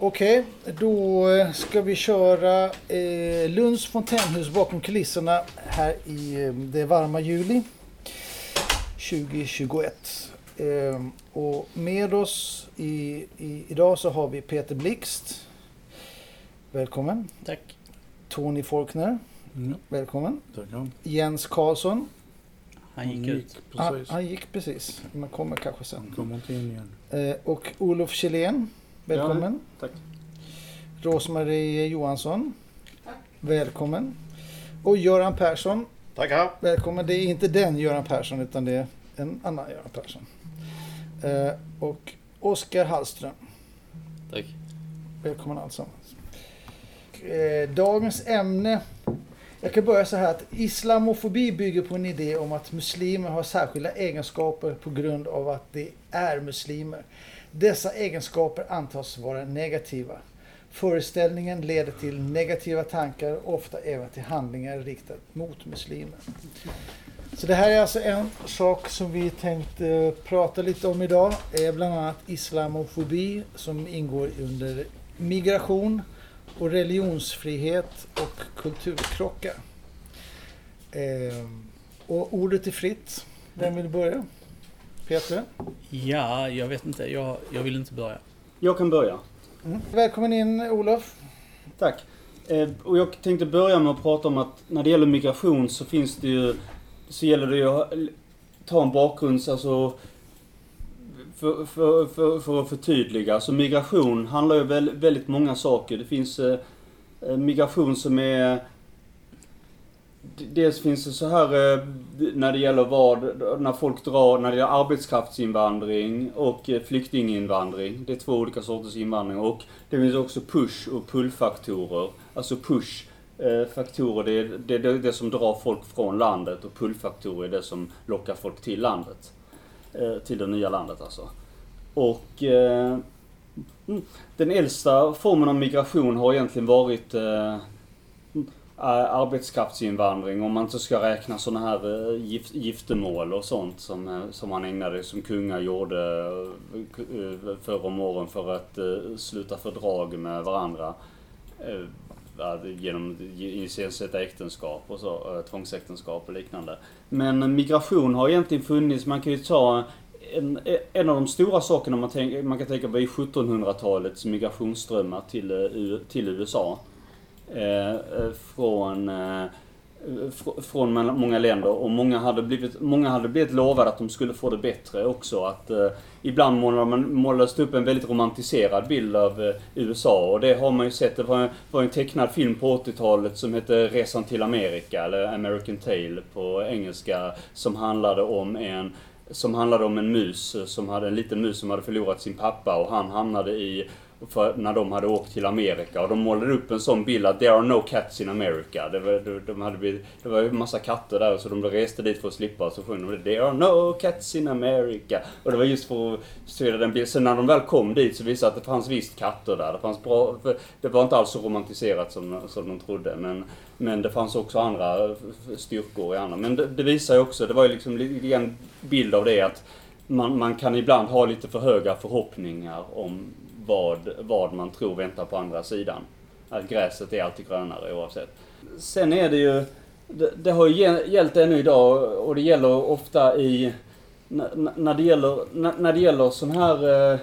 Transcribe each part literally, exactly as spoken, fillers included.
Okej, då ska vi köra eh, Lunds fontänhus bakom kulisserna här i eh, det varma juli tjugohundratjugoett. Eh, och med oss i, i, idag så har vi Peter Blixt. Välkommen. Tack. Tony Faulkner. Mm. Välkommen. Tackar. Jens Karlsson. Han gick, Han ut. gick Han, precis. han gick precis. Man kommer kanske sen. Han kommer inte in igen. Eh, och Olof Kjellén. Välkommen. Tack. Rosmarie Johansson. Tack. Välkommen. Och Göran Persson. Tackar. Välkommen. Det är inte den Göran Persson utan det är en annan Göran Persson. Eh, och Oskar Hallström. Tack. Välkommen allesammans. Eh, dagens ämne. Jag kan börja så här att islamofobi bygger på en idé om att muslimer har särskilda egenskaper på grund av att de är muslimer. Dessa egenskaper antas vara negativa. Föreställningen leder till negativa tankar, ofta även till handlingar riktade mot muslimer. Så det här är alltså en sak som vi tänkte prata lite om idag. Är bland annat islamofobi som ingår under migration och religionsfrihet och kulturkrockar. Eh, och ordet är fritt. Vem vill börja? Peter? Ja, jag vet inte. Jag, jag vill inte börja. Jag kan börja. Mm. Välkommen in, Olof. Tack. Eh, och jag tänkte börja med att prata om att när det gäller migration så finns det ju, så gäller det ju att ta en bakgrund, alltså för, för, för, för att förtydliga. Så migration handlar ju väldigt, väldigt många saker. Det finns eh, migration som är, dels finns det så här eh, när det gäller vad, när folk drar, när det gäller arbetskraftsinvandring och eh, flyktinginvandring. Det är två olika sorters invandring. Och det finns också push- och pullfaktorer. Alltså push-faktorer, det är det, det, det som drar folk från landet, och pullfaktorer är det som lockar folk till landet. Eh, till det nya landet alltså. Och eh, den äldsta formen av migration har egentligen varit eh, arbetskraftsinvandring, om man inte ska räkna sådana här gift, giftermål och sånt som, som man ägnade, som kungar gjorde förr om åren för att sluta fördrag med varandra genom incestuösa äktenskap och så, tvångsäktenskap och liknande. Men migration har egentligen funnits, man kan ju ta en, en av de stora sakerna man, tänk, man kan tänka på i sjuttonhundratalets migrationsströmmar till, till U S A. Eh, från, eh, fr- från många länder, och många hade blivit, många hade blivit lovade att de skulle få det bättre också. Att, eh, ibland målade man målades upp en väldigt romantiserad bild av eh, U S A, och det har man ju sett. Det var, var en tecknad film på åttiotalet som hette Resan till Amerika, eller American Tale på engelska, som handlade om en som handlade om en mus som hade en liten mus som hade förlorat sin pappa, och han hamnade i för när de hade åkt till Amerika, och de målade upp en sån bild att there are no cats in America. Det var, de, de hade blivit, det var en massa katter där, så de reste dit för att slippa, så sjöng de there are no cats in America. Och det var just för att se den bilden. Sen när de väl kom dit så visade att det fanns visst katter där. Det fanns bra, för det var inte alls så romantiserat som, som de trodde, men, men det fanns också andra styrkor i andra. Men det, det visar ju också, det var ju liksom en bild av det, att man, man kan ibland ha lite för höga förhoppningar om Vad, vad man tror väntar på andra sidan. Att gräset är alltid grönare oavsett. Sen är det ju, det, det har ju gällt ännu idag, och det gäller ofta i, när, när det gäller, när, när det gäller sån här,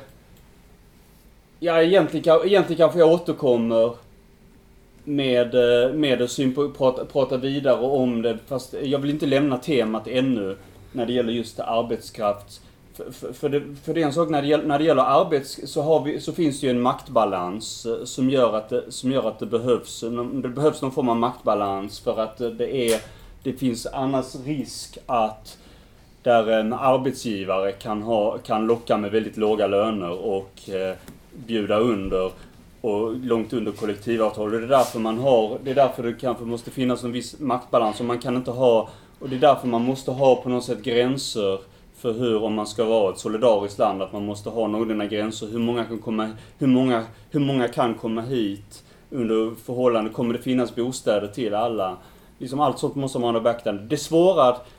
ja egentligen, egentligen kanske jag återkommer med, med att sympo, prata, prata vidare om det, fast jag vill inte lämna temat ännu när det gäller just arbetskraft. För, för, för, det, för det är en sak, när det gäller, när det gäller arbets så, har vi, så finns det ju en maktbalans som gör att det, som gör att det behövs det behövs någon form av maktbalans, för att det är det finns annars risk att där en arbetsgivare kan ha kan locka med väldigt låga löner och eh, bjuda under och långt under kollektivavtal, och det är därför man har det är därför det kanske måste finnas en viss maktbalans, och man kan inte ha och det är därför man måste ha på något sätt gränser för hur, om man ska vara ett solidariskt land, att man måste ha några gränser, hur många kan komma, hur många, hur många kan komma hit under förhållande, kommer det finnas bostäder till alla, liksom allt sånt måste man ha beaktande. Det svåra,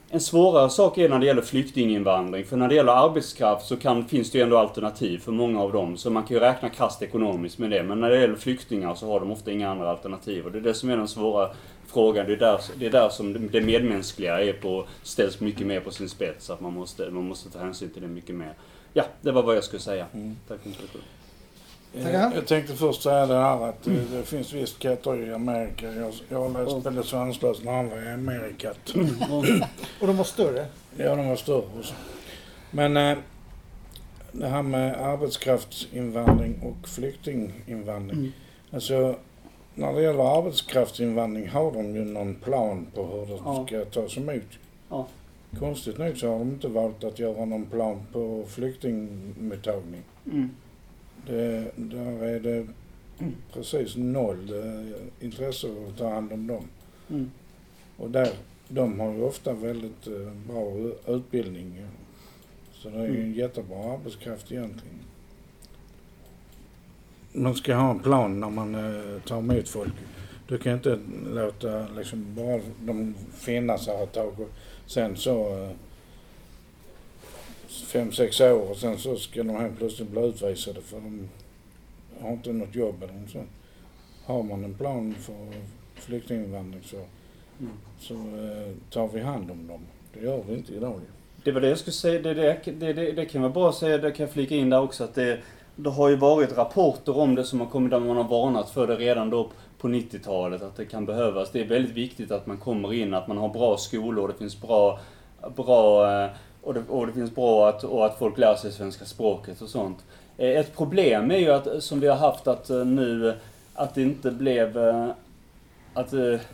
En svårare sak är när det gäller flyktinginvandring. För när det gäller arbetskraft så kan, finns det ju ändå alternativ för många av dem. Så man kan ju räkna krasst ekonomiskt med det. Men när det gäller flyktingar så har de ofta inga andra alternativ. Och det är det som är den svåra frågan. Det är där, det är där som det medmänskliga är på, ställs mycket mer på sin spets. Att man måste, man måste ta hänsyn till det mycket mer. Ja, det var vad jag skulle säga. Mm. Tack så mycket. Jag, jag tänkte först säga det här att mm. det finns visst katter i Amerika. Jag, jag har läst väldigt svanslöst när han var i Amerika. Och de var större? Ja, de var större också. Men äh, det här med arbetskraftsinvandring och flyktinginvandring. Mm. Alltså, när det gäller arbetskraftsinvandring har de ju någon plan på hur det ja. ska tas emot. Ja. Konstigt nog så har de inte valt att göra någon plan på flyktingmottagning. Mm. Det, där är det mm. precis noll eh, intresse att ta hand om dem. Mm. Och där, de har ju ofta väldigt eh, bra utbildning. Så det är ju mm. en jättebra arbetskraft egentligen. Man ska ha en plan när man eh, tar emot folk. Du kan inte låta liksom bara de finnas här ett tag och sen så eh, fem, sex år och sen så ska de här plötsligt bli utvisade för de har inte något jobb eller så. Har man en plan för flyktinginvandring så, mm. så eh, tar vi hand om dem. Det gör vi inte idag. Det var det jag skulle säga, det, det, det, det, det kan vara bra att säga, det kan jag flika in där också att det, det har ju varit rapporter om det som har kommit där man har varnat för det redan då på nittiotalet att det kan behövas. Det är väldigt viktigt att man kommer in, att man har bra skolor och det finns bra, bra och det, och det finns bra att, och att folk lär sig svenska språket och sånt. Ett problem är ju att, som vi har haft att nu, att det inte blev, att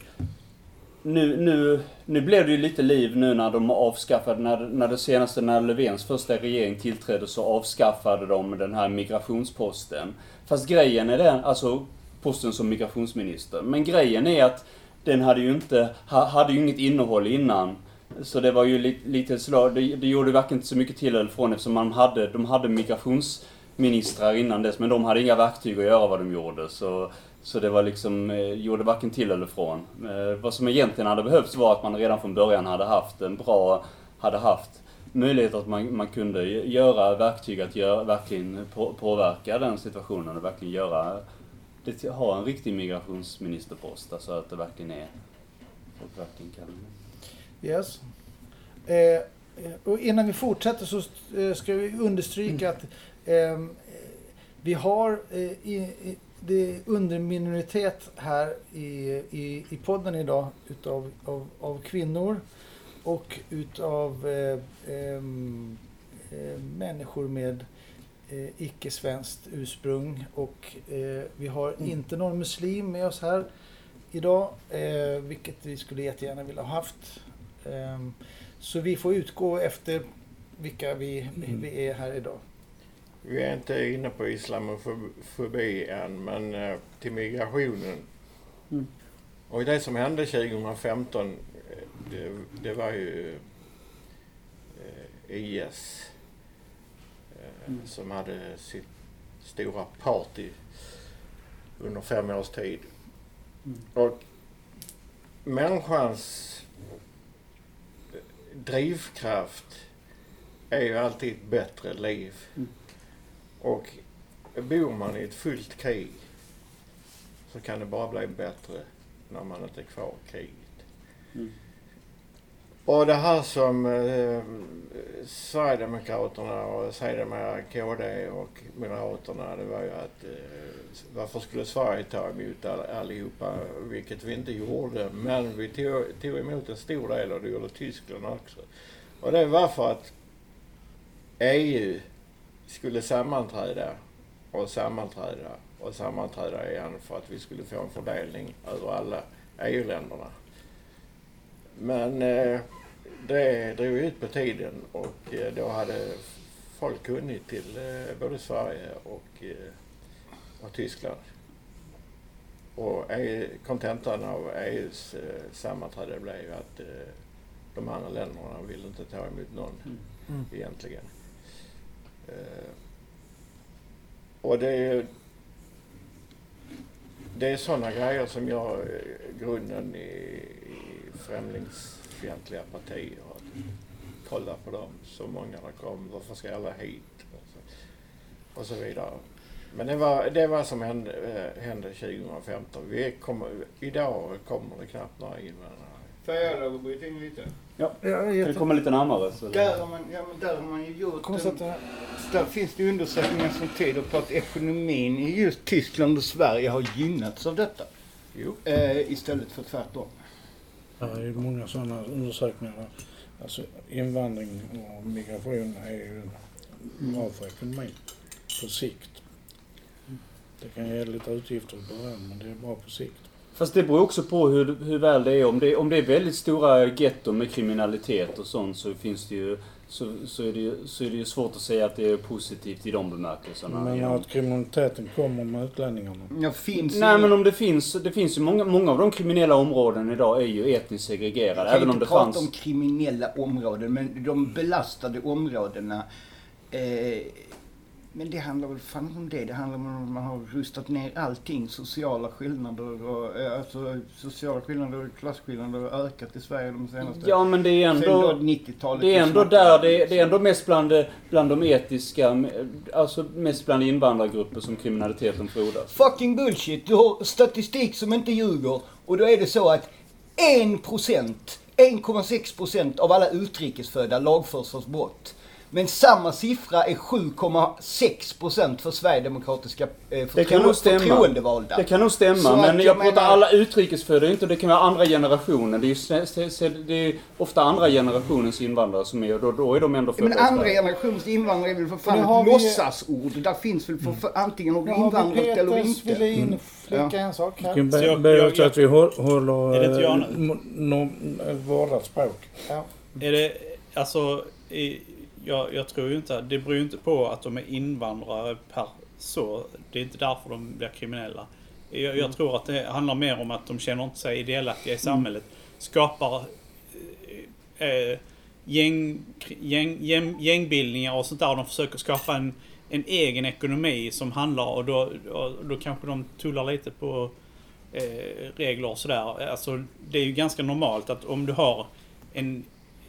nu, nu, nu blev det ju lite liv nu när de avskaffade, när, när det senaste, när Löfvens första regering tillträdde så avskaffade de den här migrationsposten. Fast grejen är den, alltså posten som migrationsminister, men grejen är att den hade ju inte, hade ju inget innehåll innan. Så det var ju lite, lite slag, det, det gjorde varken inte så mycket till eller från eftersom man hade, de hade migrationsministrar innan dess men de hade inga verktyg att göra vad de gjorde. Så, så det var liksom, eh, gjorde varken till eller från. Eh, vad som egentligen hade behövts var att man redan från början hade haft en bra, hade haft möjlighet att man, man kunde göra verktyg att göra, verkligen på, påverka den situationen och verkligen göra, det, ha en riktig migrationsministerpost. Alltså att det verkligen är, folk verkligen kan. Yes. Eh, och innan vi fortsätter så eh, ska vi understryka att eh, vi har eh, i, i, det är underminoritet här i, i, i podden idag utav av, av kvinnor och utav eh, eh, människor med eh, icke-svenskt ursprung och eh, vi har mm. inte någon muslim med oss här idag, eh, vilket vi skulle jättegärna vilja ha haft. Um, så vi får utgå efter vilka vi, mm. vi är här idag. Vi är inte inne på islamofobi än, men uh, till migrationen. Mm. Och det som hände tjugohundrafemton, det, det var ju uh, I S uh, mm. som hade sitt stora party under fem års tid. Mm. Och människans drivkraft är ju alltid ett bättre liv. Mm. Och bor man i ett fullt krig så kan det bara bli bättre när man inte är kvar i kriget. Mm. Och det här som eh, Sverigedemokraterna och sedermera K D och Moderaterna, det var ju att eh, varför skulle Sverige ta emot all, allihopa, vilket vi inte gjorde, men vi tog, tog emot en stor del och det gjorde Tyskland också. Och det var för att E U skulle sammanträda och sammanträda och sammanträda igen för att vi skulle få en fördelning över alla E U-länderna. Men eh, det drog ut på tiden och eh, då hade folk hunnit till eh, både Sverige och, eh, och Tyskland. Och kontentan av E U:s eh, sammanträde blev ju att eh, de andra länderna ville inte ta emot någon mm. Mm. egentligen. Eh, och det är det är sådana grejer som gör grunden i, i främlingsfientliga partier. kolla på dem. Så många det kom. Varför ska alla hit? Och så, och så vidare. Men det var det var som hände, hände tjugohundrafemton. Vi kommer, idag kommer det knappt några invandrare. Får jag lov att bryta in lite? Ja, Ja, kan jag du komma lite närmare? Så Där har man, ja, men där har man ju gjort... kommer en- sätta... Där finns det undersökningar som tyder på att ekonomin i just Tyskland och Sverige har gynnats av detta. Jo. Eh, istället för tvärtom. Det är ju många sådana undersökningar. Alltså invandring och migration är ju bra för ekonomin på sikt. Det kan ge lite utgifter i början, men det är bra på sikt. Fast det beror också på hur, hur väl det är. Om det, om det är väldigt stora getton med kriminalitet och sånt så finns det ju så, så, är det ju, så är det ju svårt att säga att det är positivt i de bemärkelserna. Men Ja. att kriminaliteten kommer med utlänningarna. Ja, finns Nej, ju- men om det finns, det finns ju många, många av de kriminella områden idag är ju etniskt segregerade. Jag kan Även om inte det prata fanns... om kriminella områden, men de belastade områdena. Eh, men det handlar väl fan om det. Det handlar om att man har rustat ner allting. Sociala skillnader och eh, alltså, sociala skillnader och klasskillnader har ökat i Sverige de senaste... Ja, men det är sen ändå... då nittiotalet. Det är ändå där, det är, det är ändå mest bland, bland de etiska, alltså mest bland invandrargrupper som kriminaliteten frodas. Fucking bullshit. Du har statistik som inte ljuger. Och då är det så att en procent, en komma sex procent av alla utrikesfödda lagförs för brott. Men samma siffra är sju komma sex procent för Sverigedemokratiska eh, Det kan nog förtro- stämma. förtroendevalda. Det kan nog stämma, Så men att jag jag pratar menar- alla utrikesfödda, inte det kan vara andra generationen. Det är ju se- se- se- det är ofta andra generationens invandrare som är, och då, då är de ändå födda Men i andra Sverige. generations invandrare är väl för Men nu fan har ett vi- låtsasord. Där finns väl för, för antingen om du Nu har vi invandrat eller Peters ville inte. inflicka Ja. en sak Jag här. kan Så be, jag- be jag- också att vi hå- håller Är det inte jag eh, nu? mo- no- ett vårdat språk. Ja. Är det, alltså, i, jag, jag tror ju inte, det beror ju inte på att de är invandrare per så. Det är inte därför de blir kriminella. Jag, jag tror att det handlar mer om att de känner inte sig delaktiga i samhället. Skapar eh, eh, gäng, gäng, gäng, gängbildningar och sånt där. De försöker skapa en, en egen ekonomi som handlar, och då, och då kanske de tullar lite på eh, regler och sådär. Alltså, det är ju ganska normalt att om du har en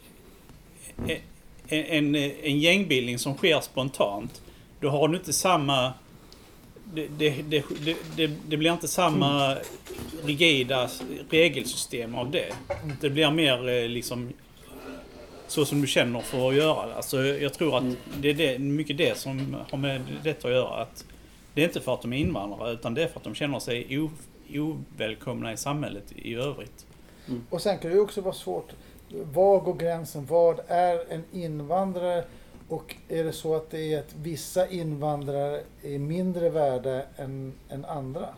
en, en, en gängbildning som sker spontant, då har du inte samma det, det, det, det, det blir inte samma rigida regelsystem av det. Det blir mer eh, liksom så som du känner för att göra. Alltså, jag tror att det är det, mycket det som har med detta att göra. Att det är inte för att de är invandrare, utan det är för att de känner sig o, ovälkomna i samhället i övrigt. Och sen kan det ju också vara svårt. Var går gränsen? Vad är en invandrare? Och är det så att det är att vissa invandrare är mindre värda än, än andra?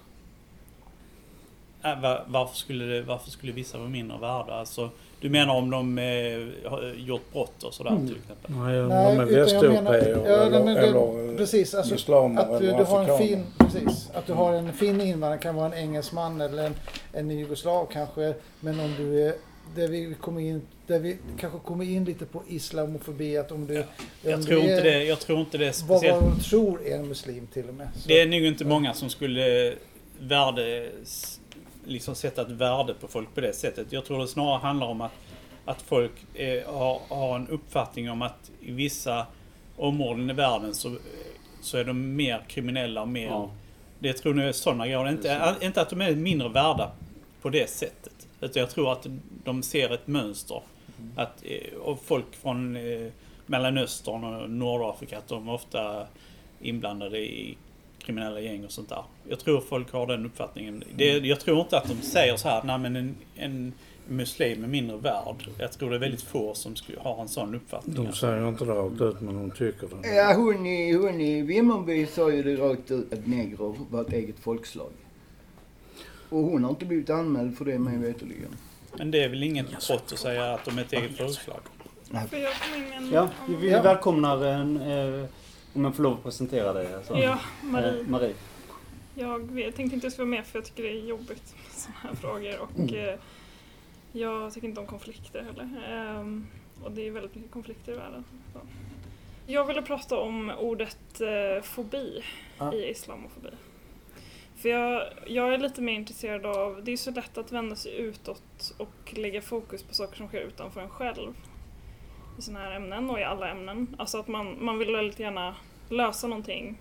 Äh, var, varför, skulle det, varför skulle vissa vara mindre värda? Alltså, du menar om de eh, har gjort brott och sådär till exempel? Nej, Nej, de är utan jag menar- västeuropeer ja, eller, men det- eller precis, alltså, islamer Att du, eller du har en afrikaner. fin, precis, att du har en fin invandrare, kan vara en engelsman eller en, en jugoslav kanske, men om du är, där vi kommer in, där vi kanske kommer in lite på islamofobi, att om du... Ja, om Jag du tror, är, inte det, jag tror inte det är Vad speciellt. man tror är en muslim till och med. Så, Det är nog inte många som skulle värde, liksom sätta ett värde på folk på det sättet. Jag tror det snarare handlar om att, att folk eh, har, har en uppfattning om att i vissa områden i världen så, så är de mer kriminella och mer... Ja. Det tror jag är sådana grejer. Inte, inte att de är mindre värda på det sättet. Utan jag tror att de ser ett mönster. Att, eh, och folk från eh, Mellanöstern och Nordafrika, att de är ofta inblandade i kriminella gäng och sånt där. Jag tror folk har den uppfattningen. Det, jag tror inte att de säger så här, nej men en, en muslim är mindre värd. Jag tror det är väldigt få som skulle ha en sån uppfattning. De säger inte det rakt ut, men de tycker det. Ja, hon i, hon i Vimmerby sa ju det rakt ut att negrer var ett eget folkslag. Och hon har inte blivit anmäld för det, mig veterligen. Men det är väl inget brott att säga att de är ett eget folkslag. För jag kom in en... Ja, vi Ja. välkomnar en, eh, om jag får lov att presentera dig. Alltså. Ja, Marie. Eh, Marie. Jag vet- tänkte inte jag skulle vara med för jag tycker det är jobbigt med sådana här frågor. Och eh, jag tycker inte om konflikter heller. Ehm, och det är väldigt mycket konflikter i världen. Så. Jag ville prata om ordet eh, fobi Ja. i islamofobi. För jag, jag är lite mer intresserad av, det är så lätt att vända sig utåt och lägga fokus på saker som sker utanför en själv. i såna här ämnen och i alla ämnen. Alltså att man, man vill väldigt gärna lösa någonting.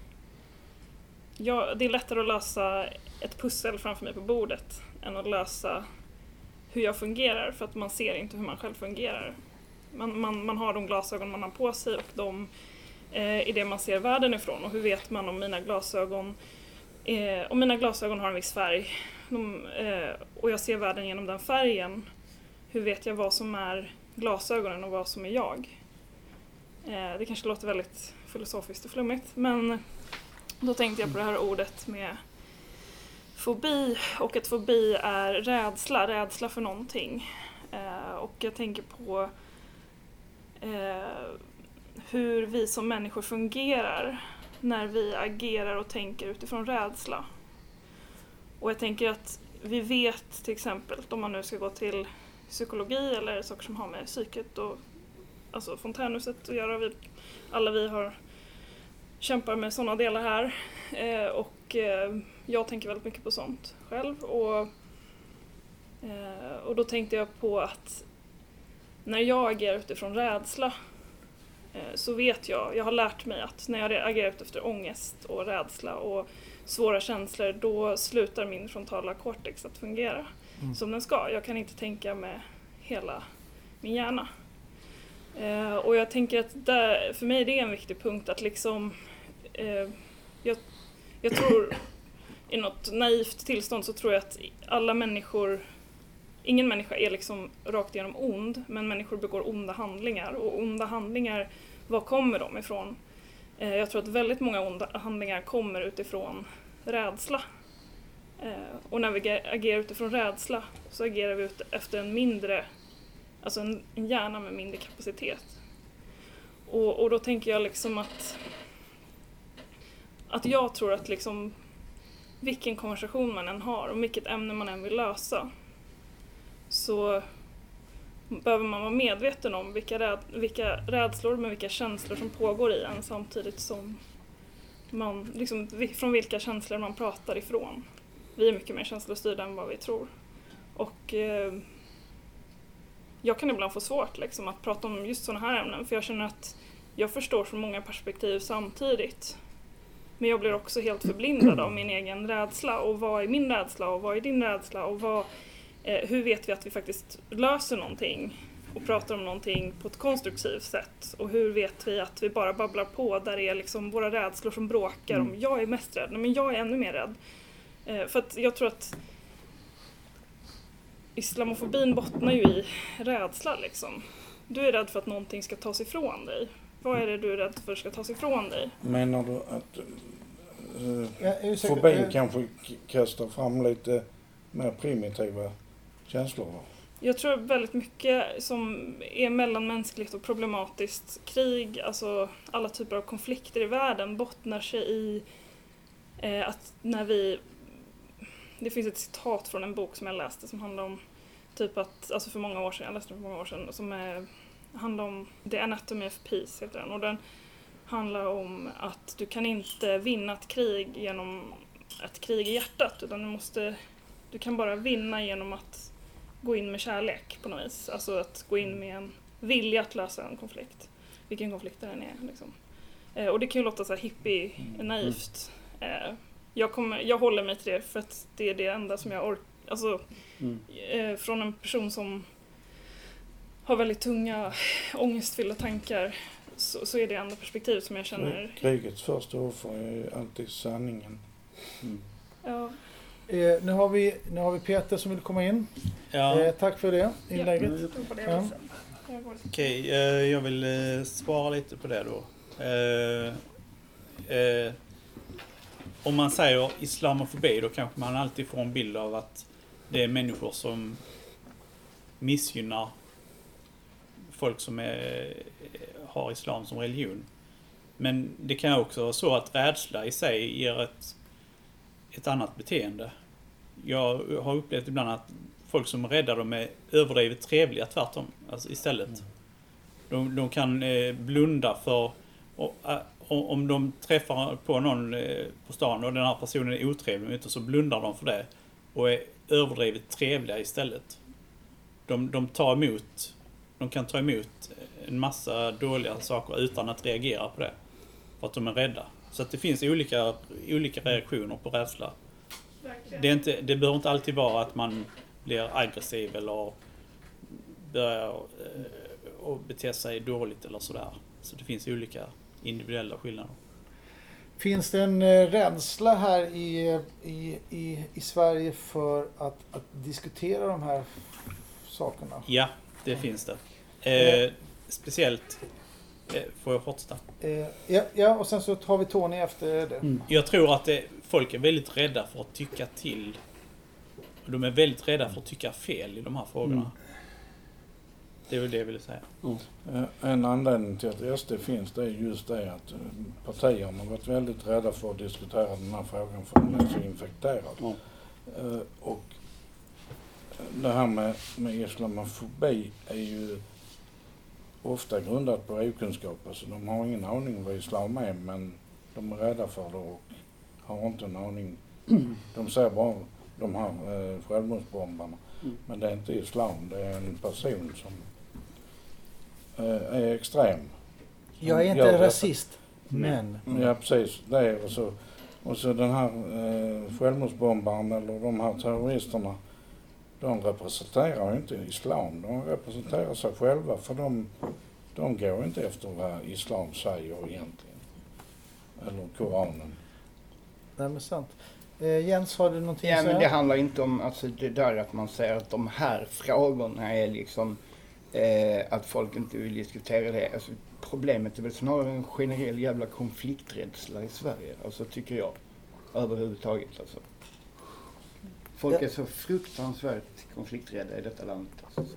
Ja, det är lättare att lösa ett pussel framför mig på bordet än att lösa hur jag fungerar, för att man ser inte hur man själv fungerar. Man, man, man har de glasögon man har på sig och de eh, är det man ser världen ifrån. Och hur vet man om mina glasögon eh, om mina glasögon har en viss färg de, eh, och jag ser världen genom den färgen, hur vet jag vad som är glasögonen och vad som är jag? Eh, det kanske låter väldigt filosofiskt och flummigt, men då tänkte jag på det här ordet med fobi, och att fobi är rädsla, rädsla för någonting. Eh, och jag tänker på eh, hur vi som människor fungerar när vi agerar och tänker utifrån rädsla. Och jag tänker att vi vet till exempel, om man nu ska gå till psykologi eller saker som har med psyket och alltså fontänhuset att göra, vi, alla vi har kämpar med sådana delar här eh, och eh, jag tänker väldigt mycket på sånt själv och, eh, och då tänkte jag på att när jag agerar utifrån rädsla eh, så vet jag, jag har lärt mig att när jag agerar efter ångest och rädsla och svåra känslor, då slutar min frontala cortex att fungera mm. som den ska. Jag kan inte tänka med hela min hjärna. Eh, och jag tänker att där, för mig det är en viktig punkt att liksom eh, jag, jag tror i något naivt tillstånd så tror jag att alla människor, ingen människa är liksom rakt igenom ond, men människor begår onda handlingar, och onda handlingar, var kommer de ifrån? Eh, jag tror att väldigt många onda handlingar kommer utifrån rädsla. Eh, och när vi agerar utifrån rädsla så agerar vi ut efter en mindre, alltså en, en hjärna med mindre kapacitet. Och, och då tänker jag liksom att att jag tror att liksom vilken konversation man än har och vilket ämne man än vill lösa, så behöver man vara medveten om vilka, räd, vilka rädslor med vilka känslor som pågår i en, samtidigt som man, liksom, från vilka känslor man pratar ifrån. Vi är mycket mer känslostyrda än vad vi tror. Och eh, jag kan ibland få svårt liksom, att prata om just sådana här ämnen, för jag känner att jag förstår från många perspektiv samtidigt. Men jag blir också helt förblindad av min egen rädsla. Och vad är min rädsla och vad är din rädsla? Och vad, eh, hur vet vi att vi faktiskt löser någonting och pratar om någonting på ett konstruktivt sätt? Och hur vet vi att vi bara babblar på där det är liksom våra rädslor som bråkar mm. om jag är mest rädd, men jag är ännu mer rädd. Eh, för att jag tror att islamofobin bottnar ju i rädsla liksom. Du är rädd för att någonting ska tas ifrån dig. Vad är det du är rädd för ska tas ifrån dig? Menar du att uh, ja, fobin uh, kanske kastar fram lite mer primitiva känslor? Jag tror väldigt mycket som är mellanmänskligt och problematiskt, krig, alltså alla typer av konflikter i världen bottnar sig i eh, att när vi... Det finns ett citat från en bok som jag läste som handlar om typ att, alltså för många år sedan, jag läste för många år sedan, som är, handlar om The Anatomy of Peace heter den, och den handlar om att du kan inte vinna ett krig genom ett krig i hjärtat, utan du måste, du kan bara vinna genom att gå in med kärlek på något vis, alltså att gå in med en vilja att lösa en konflikt, vilken konflikt den är liksom. Eh, och det kan ju låta så här hippie, naivt. Eh, jag, kommer, jag håller mig till det för att det är det enda som jag orkar, alltså mm. eh, från en person som har väldigt tunga ångestfyllda tankar, så, så är det enda perspektiv som jag känner. Krigets första offer är ju alltid sanningen. Mm. Ja. Eh, nu, har vi, nu har vi Peter som vill komma in. Ja. Eh, tack för det inlägget. Ja, ja. Okej, okay, eh, jag vill eh, svara lite på det då. Eh, eh, om man säger islamofobi, då kanske man alltid får en bild av att det är människor som missgynnar folk som är, har islam som religion. Men det kan också vara så att rädsla i sig ger ett, ett annat beteende. Jag har upplevt ibland att folk som är rädda, de är överdrivet trevliga tvärtom, alltså istället. Mm. De, de kan eh, blunda för, och, äh, om de träffar på någon eh, på stan och den här personen är otrevlig, så blundar de för det och är överdrivet trevliga istället. De, de tar emot de kan ta emot en massa dåliga saker utan att reagera på det. För att de är rädda. Så att det finns olika, olika reaktioner på rädsla. Det, är inte, det behöver inte alltid vara att man blir aggressiv eller börjar eh, och bete sig dåligt eller sådär. Så det finns olika individuella skillnader. Finns det en eh, rädsla här i, i, i, i Sverige för att, att diskutera de här sakerna? Ja, det finns det. Eh, speciellt, eh, får jag fortsätta? Eh, ja, ja, och sen så tar vi Tony efter det. Mm. Jag tror att det, folk är väldigt rädda för att tycka till. De är väldigt rädda för att tycka fel i de här frågorna. Mm. Det är väl det jag ville säga. Mm. En anledning till att S D finns, det är just det att partierna har varit väldigt rädda för att diskutera den här frågan för den är så infekterad. Mm. Och det här med, med islamofobi är ju ofta grundat på okunskap. Alltså de har ingen aning vad islam är, men de är rädda för det och har inte en aning. De ser bara de här eh, självmordsbombarna. Mm. Men det är inte islam, det är en person som är extrem. Jag är inte rasist, men... Mm. Ja, precis. Det är och så. Och så den här eh, självmordsbombaren eller de här terroristerna, de representerar inte islam. De representerar sig själva för de, de går inte efter vad islam säger egentligen. Eller Koranen. Nej, men sant. Eh, Jens, har du någonting ja, att säga? Men det handlar inte om alltså, det där att man säger att de här frågorna är liksom Eh, att folk inte vill diskutera det. Alltså, problemet är väl snarare en generell jävla konflikträdsla i Sverige. Alltså tycker jag. Överhuvudtaget alltså. Folk ja. är så fruktansvärt konflikträdda i detta landet. Alltså.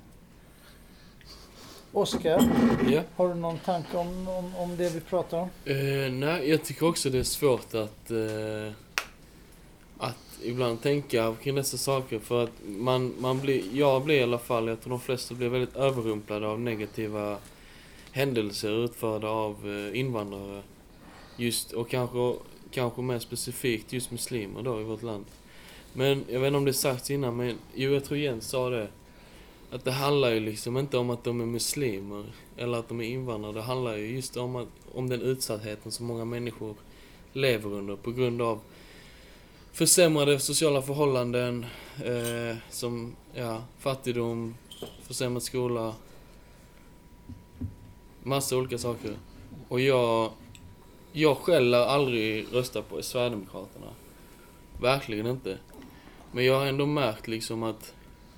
Oskar, ja. Har du någon tanke om, om, om det vi pratar om? Uh, nej, jag tycker också det är svårt att uh, att ibland tänka kring dessa saker för att man, man blir, jag blir i alla fall, jag tror de flesta blir väldigt överrumplade av negativa händelser utförda av invandrare just, och kanske, kanske mer specifikt just muslimer då i vårt land. Men jag vet inte om det sagts innan, men jo, jag tror Jens sa det, att det handlar ju liksom inte om att de är muslimer eller att de är invandrare, det handlar ju just om, att, om den utsattheten som många människor lever under på grund av försämrade sociala förhållanden eh, som ja, fattigdom, försämrad skola, massa olika saker. Och jag jag själv har aldrig röstat på Sverigedemokraterna. Verkligen inte. Men jag har ändå märkt liksom att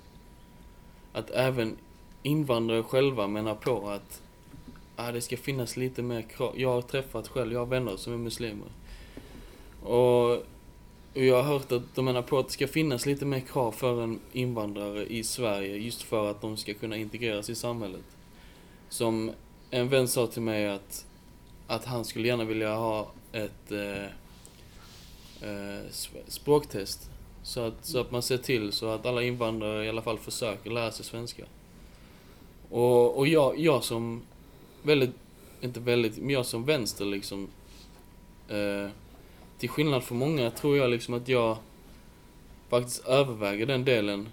att även invandrare själva menar på att ah, det ska finnas lite mer krav. Jag har träffat själv, jag har vänner som är muslimer. Och Och jag har hört att de menar på att det ska finnas lite mer krav för en invandrare i Sverige just för att de ska kunna integreras i samhället. Som en vän sa till mig att, att han skulle gärna vilja ha ett eh, eh, språktest. Så att, så att man ser till så att alla invandrare i alla fall försöker lära sig svenska. Och, och jag, jag som väldigt, inte väldigt, men jag som vänster liksom... Eh, till skillnad från många tror jag liksom att jag faktiskt överväger den delen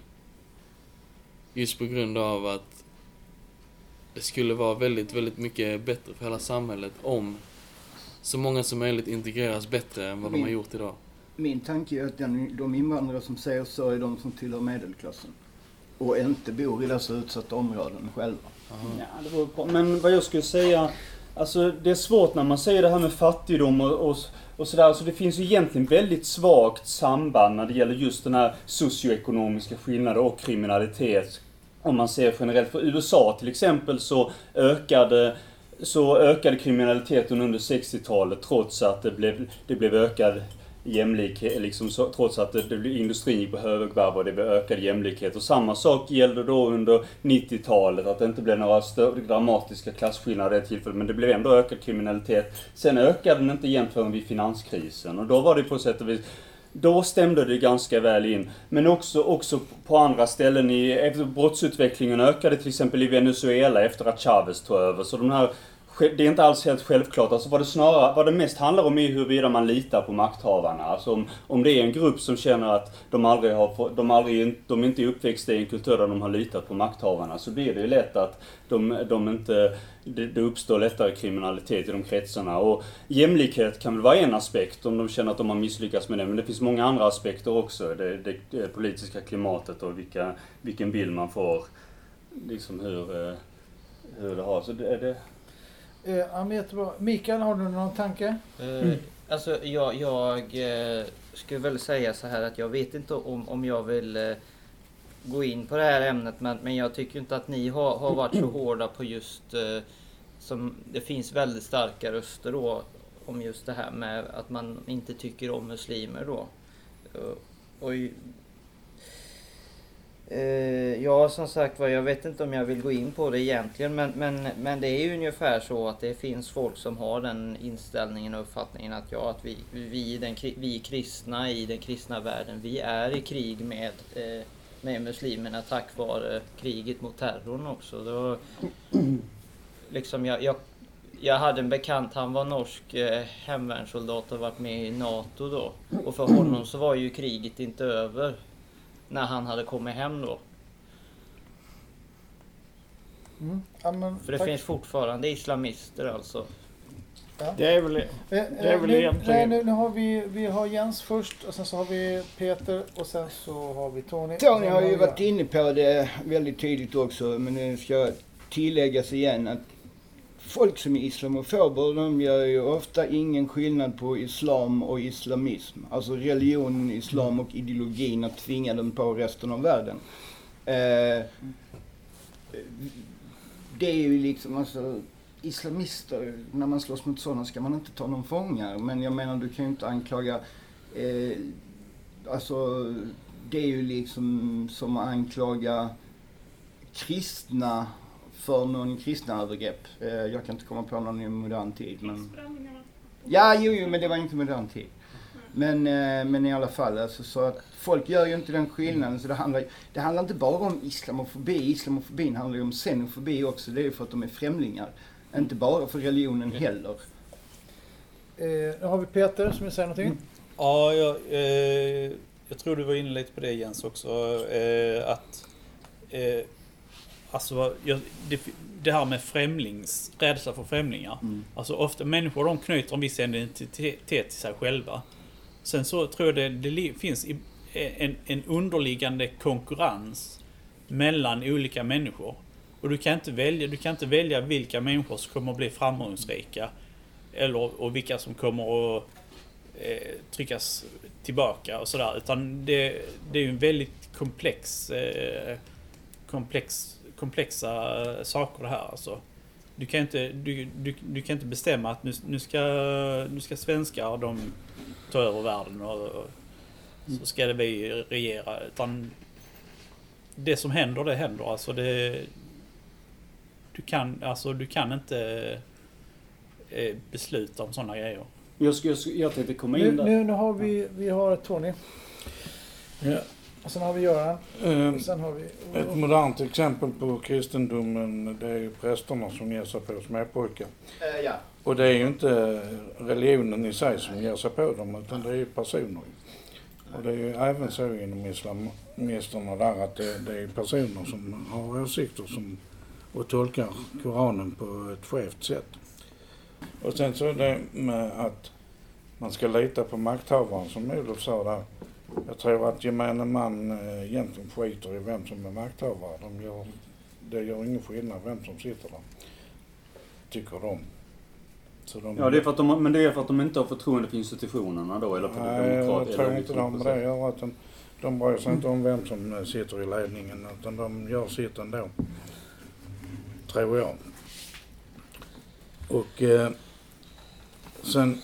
just på grund av att det skulle vara väldigt, väldigt mycket bättre för hela samhället om så många som möjligt integreras bättre än vad min, de har gjort idag. Min tanke är att den, de invandrare som säger så är de som tillhör medelklassen och inte bor i dessa utsatta områden själva. Ja, det var bra. Men vad jag skulle säga, alltså det är svårt när man säger det här med fattigdom och, och Och sådär, alltså det finns ju egentligen väldigt svagt samband när det gäller just den här socioekonomiska skillnader och kriminalitet. Om man ser generellt för U S A till exempel så ökade, så ökade kriminaliteten under sextiotalet trots att det blev, det blev ökad jämlikhet, liksom så, trots att det, det blev, industrin gick på högvarv och det blev ökad jämlikhet. Och samma sak gällde då under nittiotalet, att det inte blev några större dramatiska klasskillnader i det tillfället, men det blev ändå ökad kriminalitet. Sen ökade den inte igen förrän vid finanskrisen, och då var det på sätt och vis, då stämde det ganska väl in. Men också, också på andra ställen, i, efter brottsutvecklingen ökade till exempel i Venezuela efter att Chavez tog över, så de här det är inte alls helt självklart. Alltså vad det snarare, vad det mest handlar om är huruvida man litar på makthavarna. Alltså om, om det är en grupp som känner att de aldrig har, de aldrig, de inte är uppväxta i en kultur där de har litat på makthavarna, så blir det ju lätt att de, de inte, det, det uppstår lättare kriminalitet i de kretsarna. Och jämlikhet kan väl vara en aspekt om de känner att de har misslyckats med det, men det finns många andra aspekter också. Det, det, det politiska klimatet och vilka, vilken bild man får, liksom hur, hur det har. Så det, det Eh, ja, jättebra. Mikael, har du någon tanke? Mm. Alltså jag, jag eh, skulle väl säga så här att jag vet inte om, om jag vill eh, gå in på det här ämnet, men, men jag tycker inte att ni har, har varit så hårda på just eh, som det finns väldigt starka röster då om just det här med att man inte tycker om muslimer då. Och, och ja, som sagt var, jag vet inte om jag vill gå in på det egentligen, men, men, men det är ju ungefär så att det finns folk som har den inställningen och uppfattningen att, ja, att vi, vi, den, vi kristna i den kristna världen, vi är i krig med, med muslimerna tack vare kriget mot terrorn också. Då, liksom jag, jag, jag hade en bekant, han var norsk hemvärnssoldat och varit med i NATO då, och för honom så var ju kriget inte över när han hade kommit hem då. Mm. Ja, men, För det tack. finns fortfarande islamister alltså. Ja. Det är väl, Eh, det är väl nu, egentligen... nej, nu, nu har vi, vi har Jens först och sen så har vi Peter och sen så har vi Tony. Tony Sen har ju vi varit jag. inne på det väldigt tydligt också, men det ska tilläggas igen att folk som är islamofober, de gör ju ofta ingen skillnad på islam och islamism. Alltså religionen, islam och ideologin att tvinga dem på resten av världen. Eh, det är ju liksom, alltså, islamister, när man slåss mot sådana ska man inte ta någon fångar. Men jag menar, du kan ju inte anklaga, eh, alltså det är ju liksom som att anklaga kristna för någon kristna övergrepp. Eh, jag kan inte komma på någon i modern tid. Men... Ja, jo, jo, men det var inte modern tid. Men, eh, men i alla fall, alltså, så att folk gör ju inte den skillnaden. Så det handlar, det handlar inte bara om islamofobi. Islamofobin handlar ju om xenofobi också. Det är ju för att de är främlingar. Inte bara för religionen heller. Eh, nu har vi Peter som vill säga någonting. Mm. Ja, jag, eh, jag tror du var inne lite på det, Jens, också. Eh, att eh, alltså, jag, det, det här med främlings, rädsla för främlingar. Mm. Alltså ofta människor, de knyter en viss identitet till sig själva. Sen så tror jag det, det finns en, en underliggande konkurrens mellan olika människor. Och du kan inte välja, du kan inte välja vilka människor som kommer att bli framgångsrika eller och vilka som kommer att eh, tryckas tillbaka och sådär, utan det, det är ju en väldigt komplex eh, komplex komplexa saker det här alltså. Du kan inte du, du, du kan inte bestämma att nu, nu ska nu ska svenskar de ta över världen och, och så ska det vi regera, utan det som händer det händer alltså. Det du kan alltså du kan inte eh, besluta om sådana grejer. Jag ska jag tänkte komma in Nu, där. nu, nu har vi vi har Tony. Ja. Och sen har vi Göran. Eh, Och sen har vi Ett modernt exempel på kristendomen, det är ju prästerna som ger sig på småpojkar. Uh, ja. Och det är ju inte religionen i sig som ger sig på dem, utan det är ju personer. Och det är ju även så inom islamisterna där att det, det är personer som har åsikter som, och tolkar Koranen på ett skevt sätt. Och sen så är det med att man ska lita på makthavaren, som Olof sa där. Jag tror att gemene man eh, egentligen skiter i vem som är makthavare. De gör, det gör ingen skillnad vem som sitter där, tycker de. Så de Ja, det är för att de, men det är för att de inte har förtroende för institutionerna då, eller för nej, demokrat, jag tror eller inte de det gör, att de, de bryr sig inte om vem som sitter i ledningen, utan de gör sitt ändå, tror jag. Och eh, sen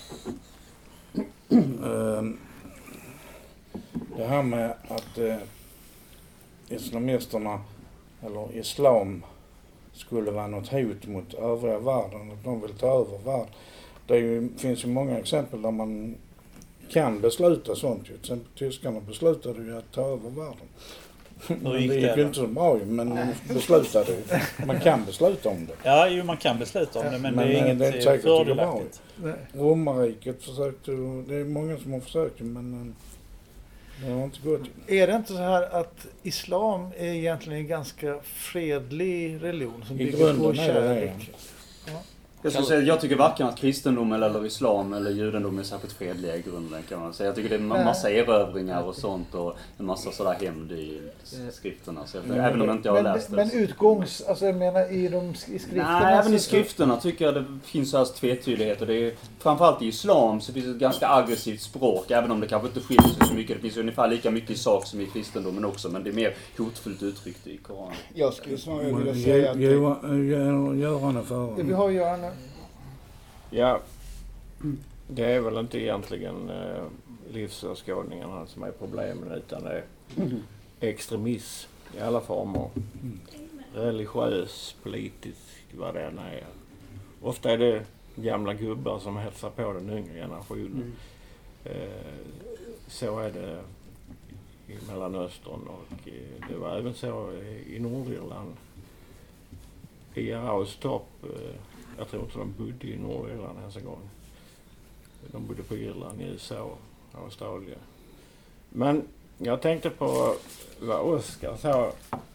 eh, det här med att eh, islamisterna eller islam skulle vara något hot mot övriga världen, att de vill ta över världen. Det är ju, finns ju många exempel där man kan besluta sånt. Till exempel tyskarna beslutade ju att ta över världen. Men det gick ju inte så bra, men man beslutade. Man kan besluta om det. Ja, jo, man kan besluta om det, men, men det är inget det är säkert fördelaktigt. Romarriket försökte, det är många som har försökt, men det har inte gått. Är det inte så här att islam är egentligen en ganska fredlig religion som I bygger på grunden är det det. kärlek? Ja. Jag skulle säga, jag tycker varken att kristendom eller islam eller judendom är särskilt fredliga i grunden, kan man säga. Jag tycker det är en massa erövringar och sånt och en massa sådär hämnd i skrifterna. Så jag, mm. Även om inte jag har men, läst det. Men utgångs, alltså jag menar i de i skrifterna? Nej, även i skrifterna tycker jag det finns så här tvetydigheter. Det är, framförallt i islam så finns det ett ganska aggressivt språk, även om det kanske inte skiljer sig så mycket. Det finns ungefär lika mycket i sak som i kristendomen också, men det är mer hotfullt uttryckt i Koranen. Jag skulle snarare vilja säga att... Göran är före. Vi har Göran nu. Ja, det är väl inte egentligen eh, livsåskådningarna som är problemen, utan det är extremism i alla former. Religiös, politisk, vad det än är. Ofta är det gamla gubbar som hälsar på den yngre generationen. Mm. Eh, så är det i Mellanöstern och eh, det var även så i Nordirland. I Raustorp, eh, jag tror inte de bodde i Nordirland ens en gång. De bodde på Irland, i U S A och Australien. Men jag tänkte på vad Oskar sa.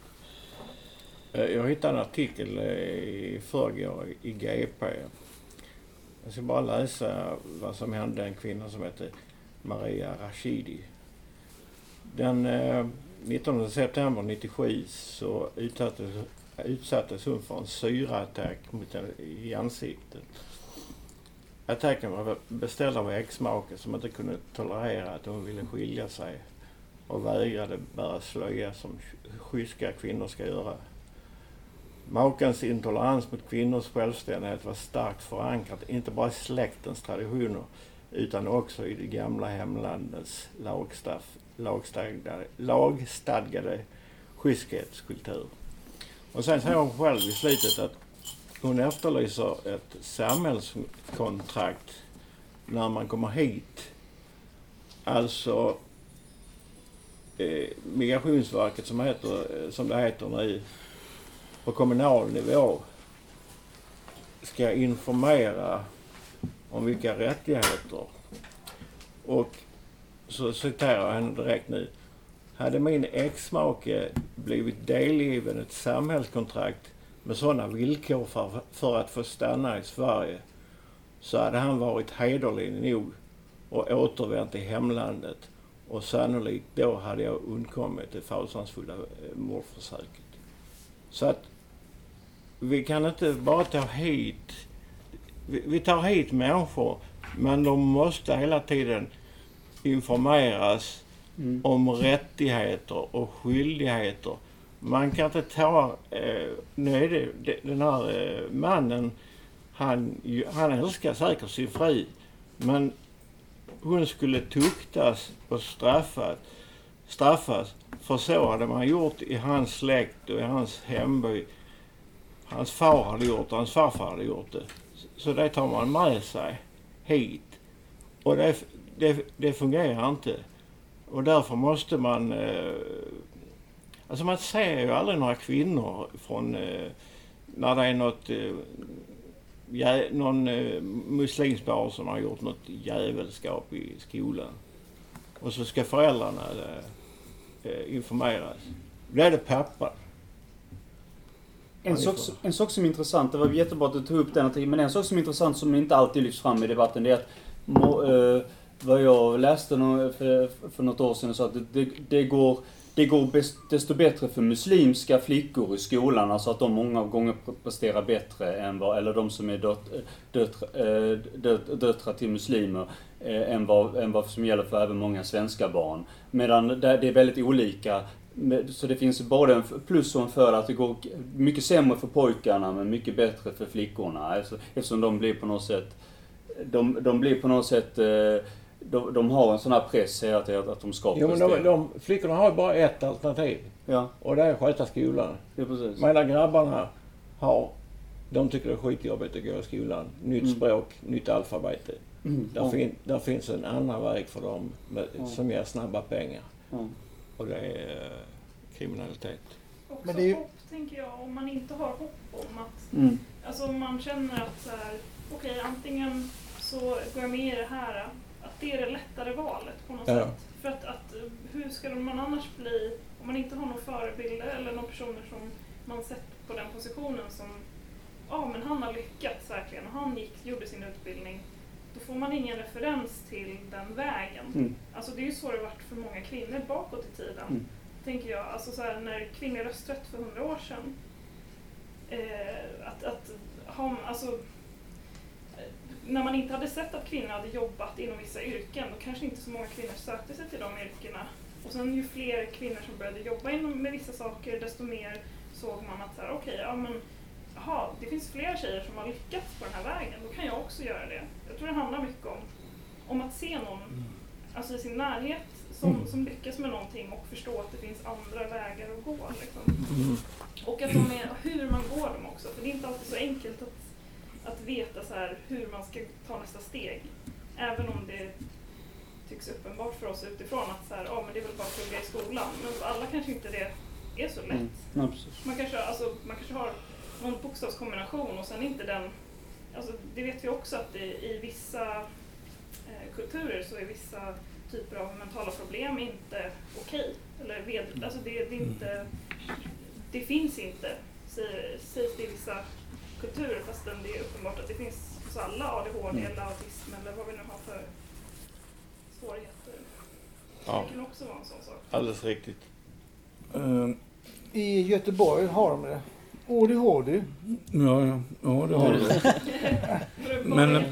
Jag hittade en artikel i förrgår i G P. Jag ska bara läsa vad som hände en kvinna som heter Maria Rashidi. Den eh, nittonde september nittiosju så utsattes, utsattes hon för en syraattack mot en, i ansiktet. Attacken var beställd av exmaken som inte kunde tolerera att hon ville skilja sig och vägrade bära slöja som kyska kvinnor ska göra. Makens intolerans mot kvinnors självständighet var starkt förankrat inte bara i släktens traditioner utan också i det gamla hemlandets lagstadgade, lagstadgade kyskhetskultur. Och sen säger hon själv i slutet att hon efterlyser ett samhällskontrakt när man kommer hit. Alltså eh, Migrationsverket som, heter, som det heter nu på kommunal nivå ska informera om vilka rättigheter. Och så citerar jag henne direkt nu. Hade min exmake blivit delgiven ett samhällskontrakt med sådana villkor för, för att få stanna i Sverige så hade han varit hederlig nog och återvänt till hemlandet och sannolikt då hade jag undkommit det fasansfulla mordförsöket. Så att vi kan inte bara ta hit, vi, vi tar hit människor men de måste hela tiden informeras mm. om rättigheter och skyldigheter. Man kan inte ta, eh, nu är det, det den här eh, mannen, han, han älskar säkert sin fru, men hon skulle tuktas och straffas, straffas för så hade man gjort i hans släkt och i hans hemby. Hans far hade gjort och hans farfar hade gjort det. Så det tar man med sig hit. Och det, det, det fungerar inte. Och därför måste man... Eh, alltså man ser ju aldrig några kvinnor från... Eh, när det är något... Eh, jä, någon eh, muslimsk barn som har gjort något jävelskap i skolan. Och så ska föräldrarna eh, informeras. Det är det pappa. En sak, en sak som är intressant, det var jättebra att du tog upp den artikeln, men en sak som är intressant som inte alltid lyfts fram i debatten, det är att må, eh, vad jag läste no, för, för något år sedan så att det, det, det går, det går bäst, desto bättre för muslimska flickor i skolan, alltså att de många gånger presterar bättre än vad, eller de som är döt, döt, döt, döttrar till muslimer eh, än, vad, än vad som gäller för även många svenska barn. Medan det, det är väldigt olika. Så det finns både en plus och en för att det går mycket sämre för pojkarna men mycket bättre för flickorna. Eftersom de blir på något sätt, de, de blir på något sätt, de, de har en sån här press att, att de ska jo, men de, de, flickorna har ju bara ett alternativ. Ja. Och det är att sköta skolan. Ja, precis. Medan grabbarna har, de tycker det är skitjobbigt att gå i skolan. Nytt mm. språk, nytt alfabete. Mm. Där, mm. fin, där finns en annan väg för dem med, mm. som ger snabba pengar. Mm. Och det är kriminalitet. Också Men det är ju- hopp, tänker jag, om man inte har hopp om att, Mm. alltså om man känner att så här, okej, antingen så går jag med i det här, att det är det lättare valet på något Ja. sätt. För att, att hur ska man annars bli, om man inte har någon förebilder eller någon personer som man sett på den positionen som, ja men han har lyckats verkligen och han gick, gjorde sin utbildning, då får man ingen referens till den vägen. Mm. Alltså det är ju så det varit för många kvinnor bakåt i tiden. Mm. Tänker jag, alltså så här, när kvinnlig rösträtt för hundra år sedan, eh, att, att ha, alltså, eh, när man inte hade sett att kvinnor hade jobbat inom vissa yrken, då kanske inte så många kvinnor sökte sig till de yrkena. Och sen ju fler kvinnor som började jobba inom, med vissa saker, desto mer såg man att så här, okej, ja men aha, det finns fler tjejer som har lyckats på den här vägen, då kan jag också göra det. Jag tror det handlar mycket om, om att se någon alltså i sin närhet som, Mm. som lyckas med någonting och förstå att det finns andra vägar att gå. Liksom. Och att de är, hur man går dem också, för det är inte alltid så enkelt att, att veta så här, hur man ska ta nästa steg. Även om det tycks uppenbart för oss utifrån att så här, ja, men det är väl bara att plugga i skolan, men för alla kanske inte det är så lätt. Mm. Ja, precis. Man kanske, alltså, man kanske har någon bokstavskombination och sen inte den, alltså det vet vi också att det, i vissa eh, kulturer så är vissa typer av mentala problem inte okej. Eller ved, alltså det, det, är inte, det finns inte, säger, sägs det i vissa kulturer, fastän det är uppenbart att det finns hos alla, A D H D eller autism eller vad vi nu har för svårigheter. Ja, Det kan också vara en sån sak. alldeles riktigt. Eh, I Göteborg har de det. A D H D. ja, ja, ja, det har du. Men,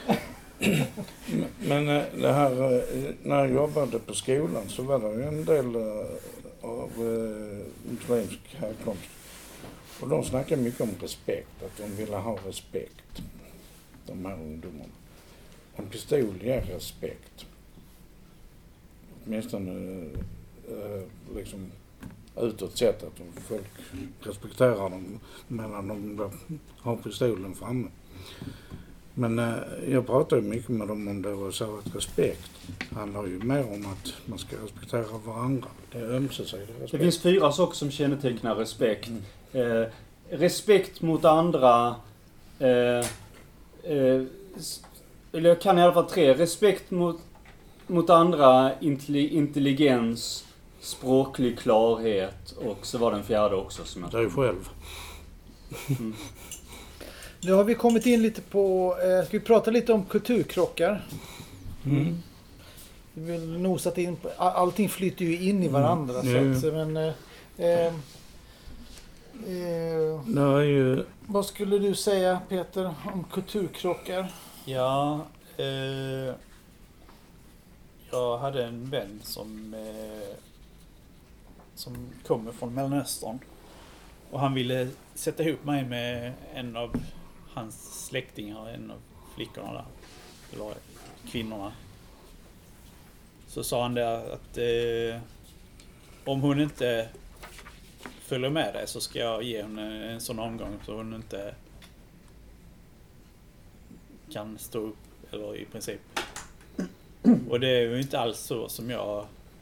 men eh, det här, eh, när jag jobbade på skolan så var det ju en del eh, av eh, muslimsk härkomst. Och de snackade mycket om respekt, att de ville ha respekt, de här ungdomarna. En pistol ger respekt. Åtminstone eh, liksom utåt sett att de, folk respekterar dem medan de har pistolen framme. Men eh, jag pratar ju mycket med dem om det var så att respekt handlar ju mer om att man ska respektera varandra. Det är ömsesidig respekt. Det finns fyra saker som kännetecknar respekt. Eh, respekt mot andra. Eh, eh, s- eller jag kan i alla fall tre. Respekt mot, mot andra, intelli- intelligens, språklig klarhet och så var den fjärde också som jag... Dig själv. Mm. Nu har vi kommit in lite på, eh, ska vi prata lite om kulturkrockar? Mm. Vi har väl nosat in på, all- allting flyter ju in i varandra. Mm. Så att, men, eh, eh, eh, Det är ju... vad skulle du säga, Peter, om kulturkrockar? Ja, eh, jag hade en vän som, eh, som kommer från Mellanöstern. Och han ville sätta ihop mig med en av hans släktingar, en av flickorna där. Eller kvinnorna. Så sa han det att eh, om hon inte följer med dig så ska jag ge henne en sån omgång så hon inte kan stå upp, eller i princip. Och det är ju inte alls så som jag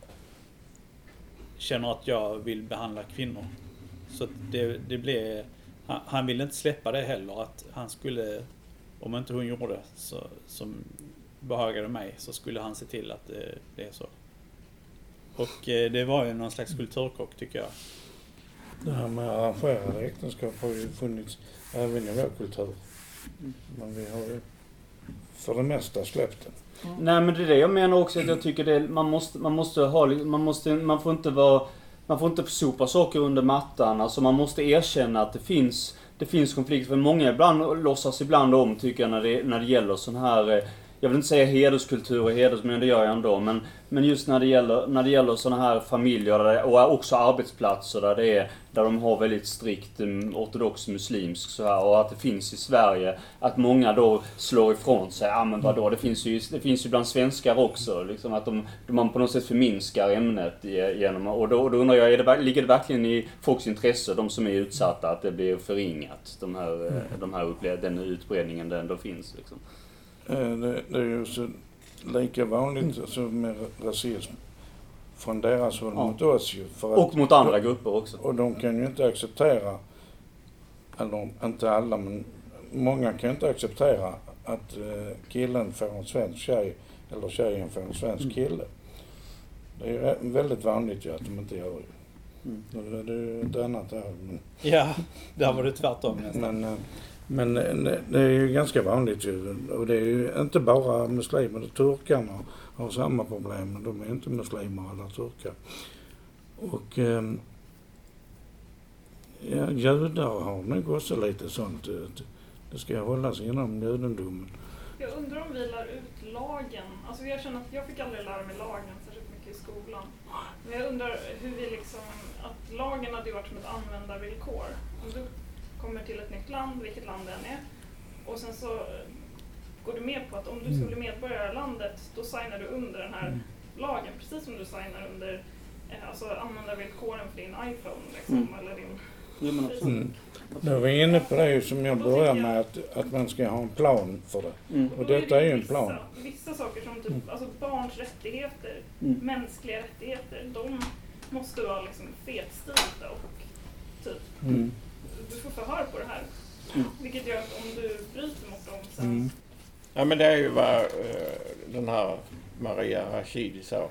känner att jag vill behandla kvinnor. Så att det, det blev, han, han ville inte släppa det heller, att han skulle, om inte hon gjorde så, som behagade mig, så skulle han se till att det, det är så. Och eh, det var ju någon slags kulturkrock tycker jag. Det här med arrangerade äktenskap har ju funnits även i vår kultur. Men vi har ju för det mesta släppt det. Nej, men det är det jag menar också, att jag tycker det, man måste, man måste ha, man måste, man får inte vara, man får inte sopa saker under mattan, alltså man måste erkänna att det finns, det finns konflikter, för många ibland låtsas ibland om, tycker jag, när det, när det gäller sån här, jag vill inte säga hederskultur och heders, men det gör jag ändå, men, men just när det gäller, när det gäller såna här familjer där, och också arbetsplatser där det är, där de har väldigt strikt um, ortodox muslimsk så här, och att det finns i Sverige, att många då slår ifrån sig, ja ah, men vadå, det finns ju, det finns ju bland svenskar också, liksom att de, man på något sätt förminskar ämnet genom, och då, då undrar jag, är det, ligger det verkligen i folks intresse, de som är utsatta, att det blir förringat, de här, mm. de här upplev, den utbredningen den då finns liksom. Det, det är ju så lika vanligt alltså med rasism från deras håll Ja. mot oss ju. För Och att, mot andra grupper också. och de kan ju inte acceptera, eller inte alla, men många kan inte acceptera att eh, killen får en svensk tjej eller tjejen får en svensk Mm. kille. Det är ju väldigt vanligt ju att de inte gör det. Mm. Nu är det ju ett annat här. Men, Ja, där var det tvärtom nästan. men, eh, men eh, det är ju ganska vanligt ju. Och det är ju inte bara muslimer, det turkarna har samma problem. Men de är inte muslimer eller turkar. Och eh, ja, judar har nog också lite sånt. eh, Det ska hållas inom judendomen. Jag undrar om vi lär ut lagen. Alltså jag känner att jag fick aldrig lära mig lagen särskilt mycket i skolan. Men jag undrar hur vi liksom, att lagen hade ju varit som ett användarvillkor. Om du kommer till ett nytt land, vilket land det än är, och sen så går du med på att om du ska bli medborgare i landet, då signar du under den här lagen. Precis som du signar under eh, alltså användarvillkoren för din iPhone liksom, Mm. eller din... Jo, men absolut. Mm. Då var vi inne på det som jag började med, att, att man ska ha en plan för det. Mm. Och då detta det är ju en vissa, plan. Vissa saker som typ, alltså barns rättigheter, Mm. mänskliga rättigheter, de måste vara liksom fetstilta och typ, Mm. du får förhör på det här. Mm. Vilket gör att om du bryter mot dem sen... Mm. Ja, men det är ju vad eh, den här Maria Rashidi sa.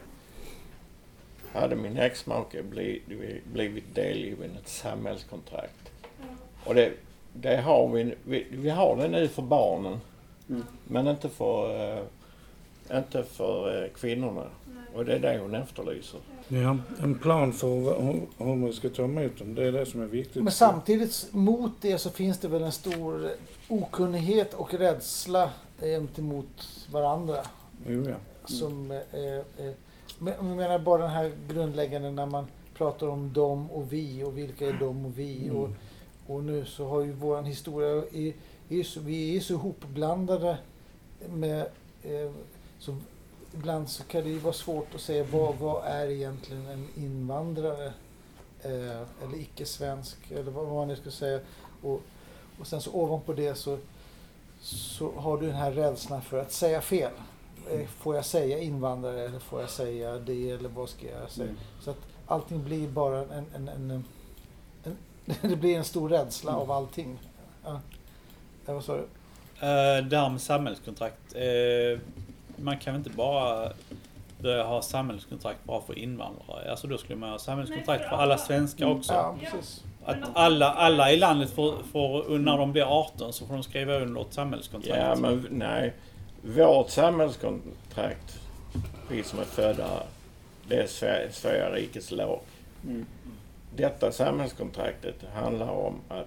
Hade min ex-make blivit, blivit delgiven ett samhällskontrakt. Ja. Och det, det har vi, vi, vi har det nu för barnen. Mm. Men inte för, eh, inte för eh, kvinnorna. Nej. Och det är det hon efterlyser. Ja, en plan för hur, hur man ska ta emot dem, det är det som är viktigt. Men samtidigt mot det så finns det väl en stor okunnighet och rädsla gentemot varandra. Jo, ja. Som, eh, eh, men jag menar bara den här grundläggande när man pratar om dem och vi och vilka är de och vi. Mm. Och, och nu så har ju våran historia, i, i, så, vi är så hopblandade med, eh, så ibland så kan det ju vara svårt att säga vad, vad är egentligen en invandrare eh, eller icke-svensk eller vad man nu ska säga. Och, och sen så ovanpå det så, så har du den här rädslan för att säga fel. Eh, får jag säga invandrare eller får jag säga det eller vad ska jag säga? Mm. Så att allting blir bara en, en, en, en, en det blir en stor rädsla Mm. av allting. Ja. Ja, vad sa du? Uh, det här med samhällskontrakt. Uh, man kan inte bara börja ha samhällskontrakt bara för invandrare. Alltså då skulle man ha samhällskontrakt Nej, för för alla alla. svenskar Mm. också. Ja, precis. Att alla, alla i landet får, får, när de blir arton så får de skriva under ett samhällskontrakt. Ja, men nej. Vårt samhällskontrakt, vi som är födda här, det är Sverige, Sverige rikets lag. Mm. Detta samhällskontraktet handlar om att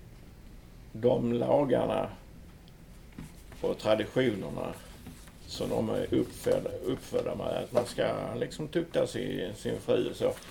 de lagarna och traditionerna som de är uppfödda, uppfödda med, att man ska liksom tukta sin, sin fru och så.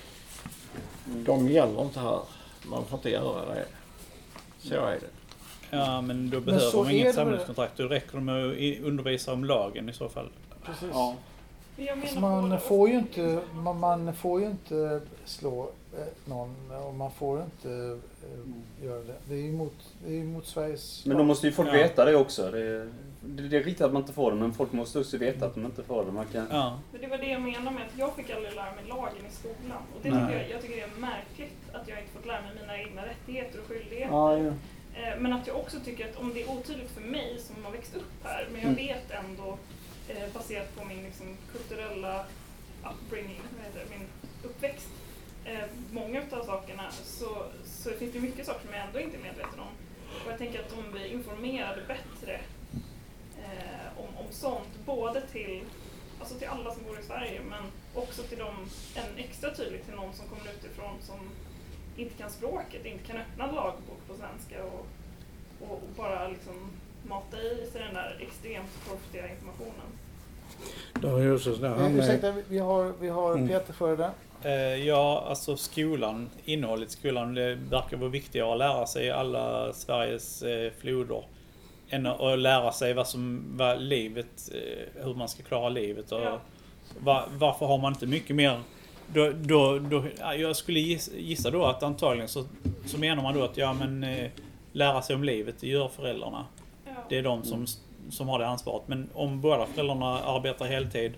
De gäller inte här. Man får inte göra det. Så är det. Ja, men då Men behöver så de är inget det samhällskontrakt. Då räcker det med att i- undervisa om lagen i så fall. Precis. Ja. Men jag menar Så man både får ju och. inte, man, man får ju inte slå eh, någon och man får inte eh, göra det. Det är ju mot, det är ju mot Sveriges... Men då måste ju folk Ja. veta det också. Det, det, det är riktigt att man inte får det, men folk måste också veta att de inte får det. Man kan... Ja. Men det var det jag menade med att jag fick aldrig lära mig lagen i skolan. Och det Nej. tycker jag, jag tycker det är märkligt att jag inte fått lära mig mina egna rättigheter och skyldigheter. Ja, ja. Eh, Men att jag också tycker att om det är otydligt för mig som har växt upp här, men jag Mm. vet ändå eh, baserat på min liksom, kulturella upbringing, vad heter det, min uppväxt, eh, många av sakerna så, så finns det mycket saker som jag ändå inte är medveten om. Och jag tänker att om vi informerade bättre eh, om, om sånt, både till, alltså till alla som bor i Sverige, men också till dem, en extra tydligt till någon som kommer utifrån som inte kan språket, inte kan öppna en lagbok på svenska och, och, och bara liksom mata i sig den där extremt torftiga informationen. Det är ju så där, Eh, han är, ursäkta, vi har, vi har Mm. Peter före där. Eh, ja, alltså skolan, innehållet i skolan, det verkar vara viktigare att lära sig i alla Sveriges eh, floder än att lära sig vad som vad livet, eh, hur man ska klara livet och Ja. va, varför har man inte mycket mer. Då, då, då, ja, jag skulle gissa, gissa då att antagligen så, så menar man då att ja, men eh, lära sig om livet, det gör föräldrarna. Ja. Det är de som, som har det ansvaret. Men om båda föräldrarna arbetar heltid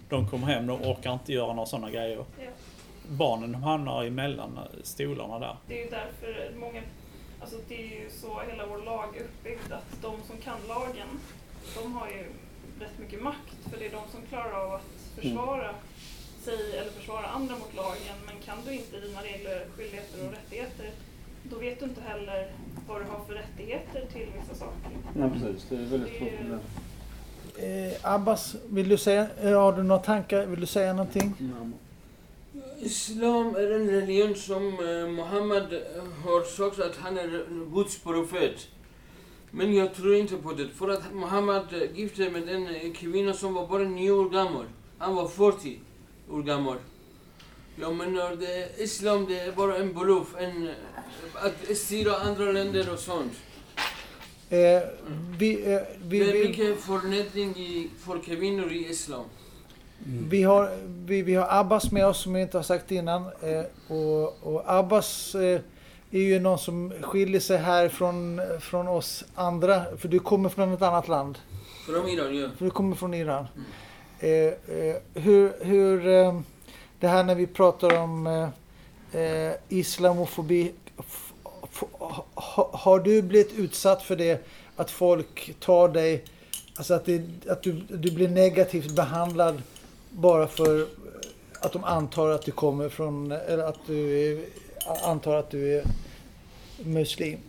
de kommer hem, de orkar inte göra några sådana grejer. Ja. Barnen de hamnar emellan stolarna där. Det är ju därför många, alltså det är ju så hela vår lag är uppbyggd, att de som kan lagen, de har ju rätt mycket makt, för det är de som klarar av att försvara mm. sig eller försvara andra mot lagen. Men kan du inte dina regler, skyldigheter och rättigheter, då vet du inte heller vad du har för rättigheter till vissa saker. Nej, precis. Det är väldigt det är ju... Eh, Abbas, vill du säga, har du några tankar? Vill du säga någonting? Mm. Islam är en religion som eh, Muhammed har sagt att han är Guds profet. Men jag tror inte på det. För att Muhammed gifte med en kvinna som var bara nio år gammal. Han var fyrtio år gammal. Jag menar, det, Islam det är bara en bluff. En, att styra andra länder och sånt. Eh, vi, eh, vi, det är vi, mycket förnedring i, för kvinnor i Islam. Mm. Vi, har, vi, vi har Abbas med oss som vi inte har sagt innan. Eh, och, och Abbas eh, är ju någon som skiljer sig här från, från oss andra. För du kommer från ett annat land. Från Iran, ja. För du kommer från Iran. Mm. Eh, eh, hur hur eh, det här när vi pratar om eh, eh, islamofobi. F, f, ha, har du blivit utsatt för det? Att folk tar dig... Alltså att, det, att du, du blir negativt behandlad bara för att de antar att du kommer från, eller att du är, antar att du är muslim.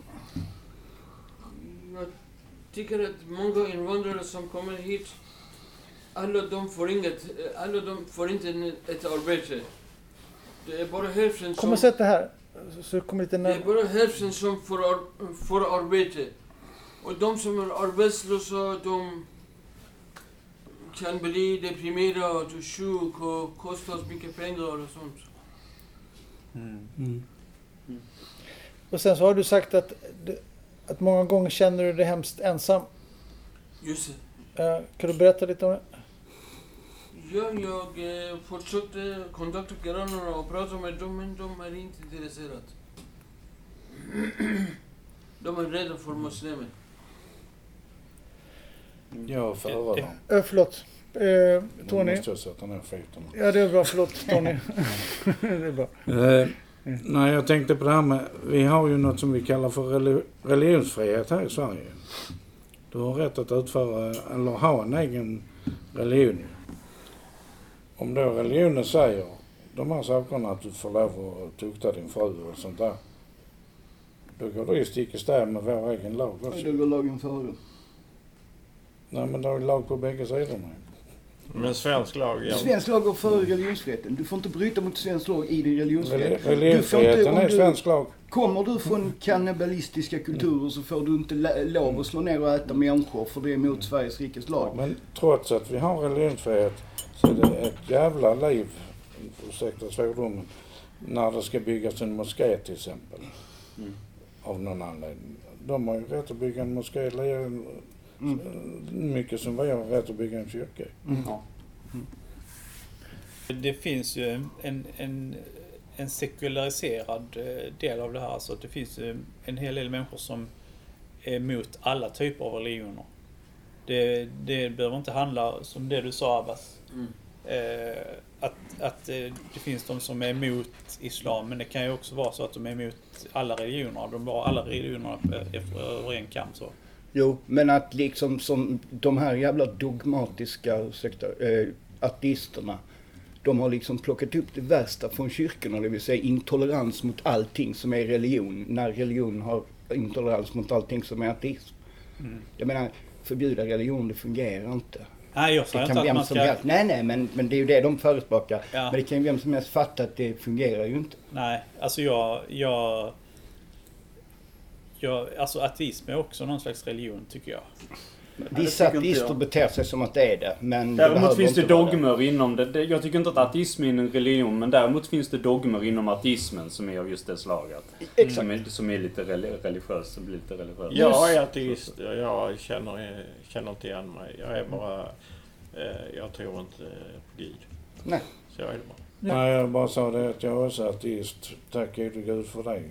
Jag tycker att många invandrare som kommer hit, alla de får inget, alla de får inte ett arbete. Det är bara hälften som... Kom och sätt det här. Så det kommer lite det är bara hälften som får, ar, får arbete. Och de som är arbetslösa, de kan bli deprimerade och sjuk och kostar mycket pengar och sånt. Mm. Mm. Mm. Och sen så har du sagt att, att många gånger känner du dig hemskt ensam. Just det. Uh, kan du berätta lite om det? Ja, jag eh, försökte kontakta grannarna och prata med dem, men de är inte intresserade. De är rädda för muslimer. Jag föredrar dem. Uh, förlåt. Uh, Tony? Nu måste jag sätta ner foten. Ja, det är bra. Förlåt, Tony. Det är bra. Uh, nej, jag tänkte på det här med... Vi har ju något som vi kallar för relig- religionsfrihet här i Sverige. Du har rätt att utföra eller ha en egen religion. Om då religionen säger de här sakerna att du får lov att tukta din fru och sånt där. Då går det ju stick i stäv med vår egen lag också. Då går lagen före. Nej, men det är lag på bägge sidorna. Men svensk lag, ja. Svensk lag går före religionsfriheten. Du får inte bryta mot svensk lag i din religionsfrihet. Religionsfriheten är svensk lag. Kommer du från kannibalistiska kulturer så får du inte lov att slå ner och äta människor, för det är emot Sveriges rikes lag. Ja, men trots att vi har religionsfrihet så är det ett jävla liv, ursäkta svordomen, när det ska byggas en moské till exempel. Mm. Av någon anledning. De har ju rätt att bygga en moské, mm. mycket som vi har rätt att bygga en kyrka. Mm. Ja. Mm. Det finns ju en, en, en sekulariserad del av det här. Så det finns en hel del människor som är emot alla typer av religioner. Det, det behöver inte handla som det du sa, Abbas. Mm. Eh, att, att det finns de som är emot islam, men det kan ju också vara så att de är emot alla religioner. De var alla religioner efter över en kam så. Jo, men att liksom som de här jävla dogmatiska sektor, äh, ateisterna, de har liksom plockat upp det värsta från kyrkorna, det vill säga intolerans mot allting som är religion, när religion har intolerans mot allting som är ateism. Mm. Jag menar, förbjuda religion, det fungerar inte. Nej, jag säger inte att man ska... Helst, nej, nej, men, men det är ju det de förespråkar. Ja. Men det kan ju vem som helst fatta att det fungerar ju inte. Nej, alltså jag... jag... jag alltså ateism är också någon slags religion, tycker jag. Vissa ateister beter sig som att det är det, men däremot det finns det dogmer det. inom det. Jag tycker inte att ateism är en religion, men däremot finns det dogmer inom ateismen som är av just det slaget. Exakt. Som är, som är lite religiöst, som blir lite religiöst. Jag är ateist, jag känner, känner inte igen mig. Jag är bara, eh, jag tror inte på Gud. Nej. Så jag är det bara. Ja. Nej, jag bara sa det att jag är också ateist. Tack gode Gud för dig.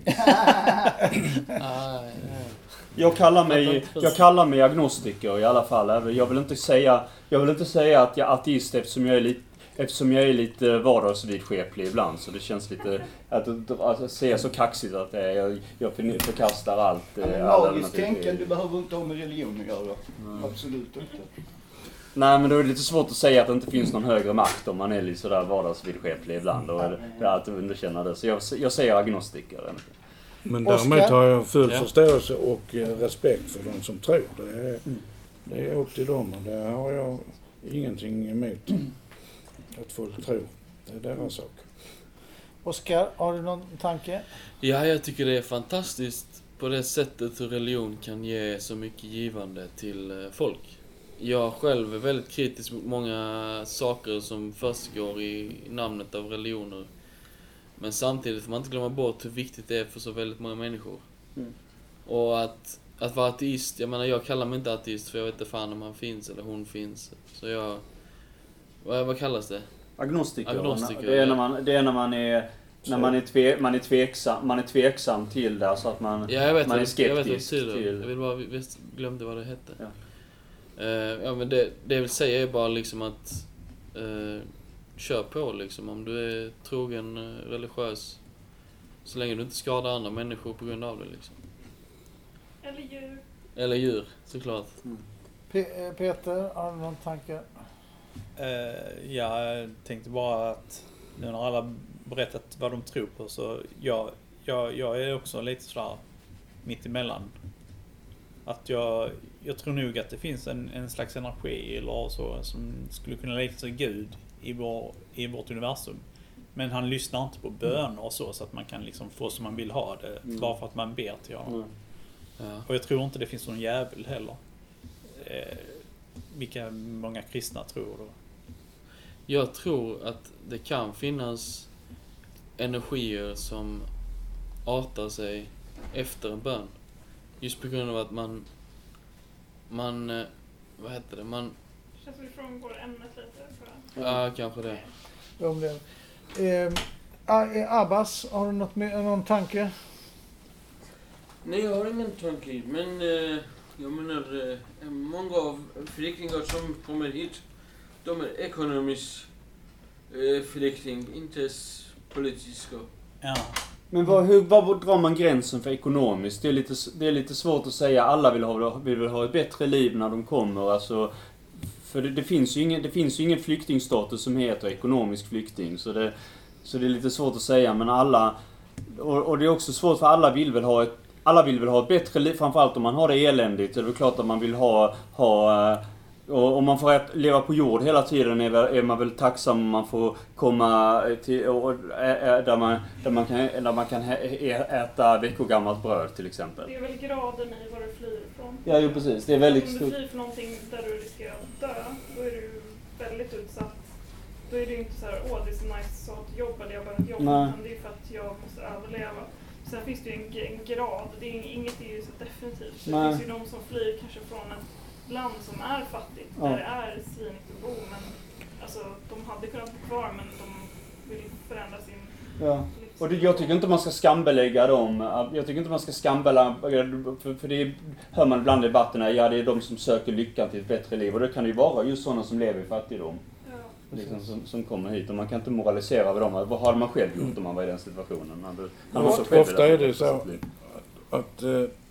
Jag kallar mig, jag kallar mig agnostiker i alla fall. Jag vill inte säga, jag vill inte säga att jag är ateist eftersom jag är lite, eftersom jag är lite vardagsvidskeplig ibland så det känns lite att, att, att säga så kaxigt att det är, jag, jag förkastar allt. Ja, men magiskt tänkande, du behöver inte ha med religion att göra. Mm. Absolut inte. Nej, men då är det lite svårt att säga att det inte finns någon högre makt om man är lite sådär vardagsvidskeplig ibland och det är alltid underkänna det. Så jag, jag säger agnostiker. Men därmed har jag full ja. förståelse och respekt för de som tror. Det är, det är upp till dem och det har jag ingenting emot. Att folk tror. Det är deras sak. Oskar, har du någon tanke? Ja, jag tycker det är fantastiskt på det sättet hur religion kan ge så mycket givande till folk. Jag själv är väldigt kritisk mot många saker som försiggår i namnet av religioner. Men samtidigt får man inte glömma bort hur viktigt det är för så väldigt många människor. Mm. Och att, att vara ateist, jag menar jag kallar mig inte ateist för jag vet inte fan om han finns eller hon finns. Så jag, vad, vad kallas det? Agnostiker. Agnostiker. Det är när man, det är när man är... När man är, tve, man, är tveksam, man är tveksam till det, så att man, ja, jag vet man är det, skeptisk jag vet till... Jag vill bara, visst, glömde vad det hette. Ja. Uh, ja, men det, det jag vill säga är bara liksom att uh, kör på liksom, om du är trogen, uh, religiös, så länge du inte skadar andra människor på grund av det liksom. Eller djur. Eller djur, såklart. Mm. P- Peter, har du någon tanke? Uh, ja, jag tänkte bara att nu när alla berättat vad de tror på så jag, jag, jag är också lite sådär mitt emellan. Att jag, jag tror nog att det finns en, en slags energi eller så som skulle kunna likna sig Gud i, vår, i vårt universum. Men han lyssnar inte på böner och så så att man kan liksom få som man vill ha det mm. bara för att man ber till honom. Mm. Ja. Och jag tror inte det finns någon jävel heller. Eh, vilka många kristna tror då. Jag tror att det kan finnas energier som artar sig efter en bön. Just på grund av att man, man, vad heter det, man... Det känns som vi frångår ämnet lite. Ja, kanske det. Om det. Eh, Abbas, har du något med, någon tanke? Nej, jag har ingen tanke, men eh, jag menar, eh, många av flyktingar som kommer hit, de är ekonomiskt eh, flykting, inte politiska. Ja. Men vad, hur, vad drar man gränsen för ekonomiskt? Det är lite, det är lite svårt att säga. Alla vill ha, vill ha ett bättre liv när de kommer. Alltså, för det, det, finns ju ingen, det finns ju ingen flyktingstatus som heter ekonomisk flykting. Så det, så det är lite svårt att säga. Men alla, och, och det är också svårt för alla vill väl ha ett, alla vill väl ha ett bättre liv. Framförallt om man har det eländigt. Det är väl klart att man vill ha... ha och om man får ät, leva på jord hela tiden är, väl, är man väl tacksam om man får komma till och, ä, där, man, där, man kan, där man kan äta veckogammalt bröd till exempel. Det är väl graden i vad du flyr ifrån. Ja, jo, precis. Det är väldigt om du flyr för någonting där du riskerar att dö, då är du väldigt utsatt. Då är det ju inte så här, åh det är så nice så att jobba, jag har börjat jobba. Nej. Utan det är för att jag måste överleva. Sen finns det ju en, en grad, det är, inget är ju så definitivt. Så det finns ju de som flyr kanske från ett land som är fattigt, ja. Där det är svinigt att bo, men alltså de hade kunnat bo kvar men de vill förändra sin ja. Och det, jag tycker inte man ska skambelägga dem. Jag tycker inte man ska skambelägga, för, för det hör man ibland i debatterna, ja det är de som söker lyckan till ett bättre liv, och det kan ju vara just sådana som lever i fattigdom. Ja. Liksom, som, som kommer hit, och man kan inte moralisera över dem. Vad hade man själv gjort om man var i den situationen? Man, man ja, ofta, ofta är det så att, att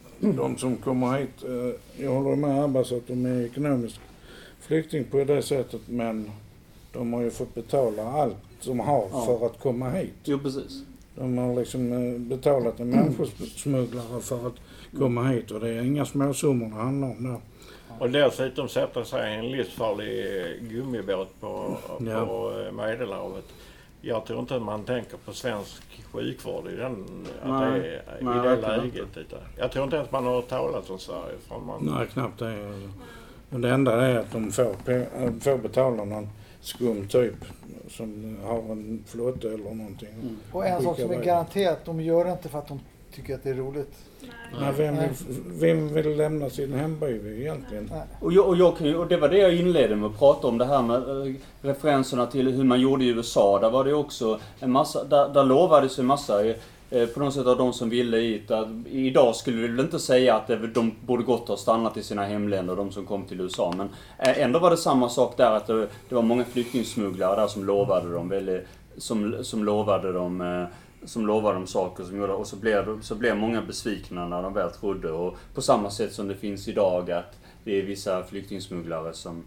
de som kommer hit, jag håller med Abbas att de är ekonomisk flykting på det sättet, men de har ju fått betala allt de har ja. för att komma hit. Jo, precis. De har liksom betalat en människosmugglare för att komma hit, och det är inga småsummor det handlar om där. Och dessutom sätta sig i en livsfarlig gummibåt på, ja. på Medelhavet. Jag tror inte att man tänker på svensk sjukvård i, den, att det är, Nej, i det läget. Utan jag tror inte ens man har talat om Sverige. Från man... Nej, knappt det. Men det enda är att de får, får betala någon skum typ som har en flotte eller någonting. Mm. Och en sak som är garanterat, de gör det inte för att de tycker att det är roligt. Nej, vem, vill, vem vill lämna sin hemby egentligen? Och, jag, och, jag, och det var det jag inledde med att prata om, det här med äh, referenserna till hur man gjorde i U S A. Där var det också en massa, där, där lovades en massa på något sätt av de som ville hit. Att idag skulle vi väl inte säga att de borde gått och stannat i sina hemländer, de som kom till U S A. Men ändå var det samma sak där, att det, det var många flyktingsmugglare där som lovade dem väldigt, som, som lovade dem som lovade dem saker som gjorde, och så blev, så blev många besvikna när de väl trodde. Och på samma sätt som det finns idag, att det är vissa flyktingsmugglare som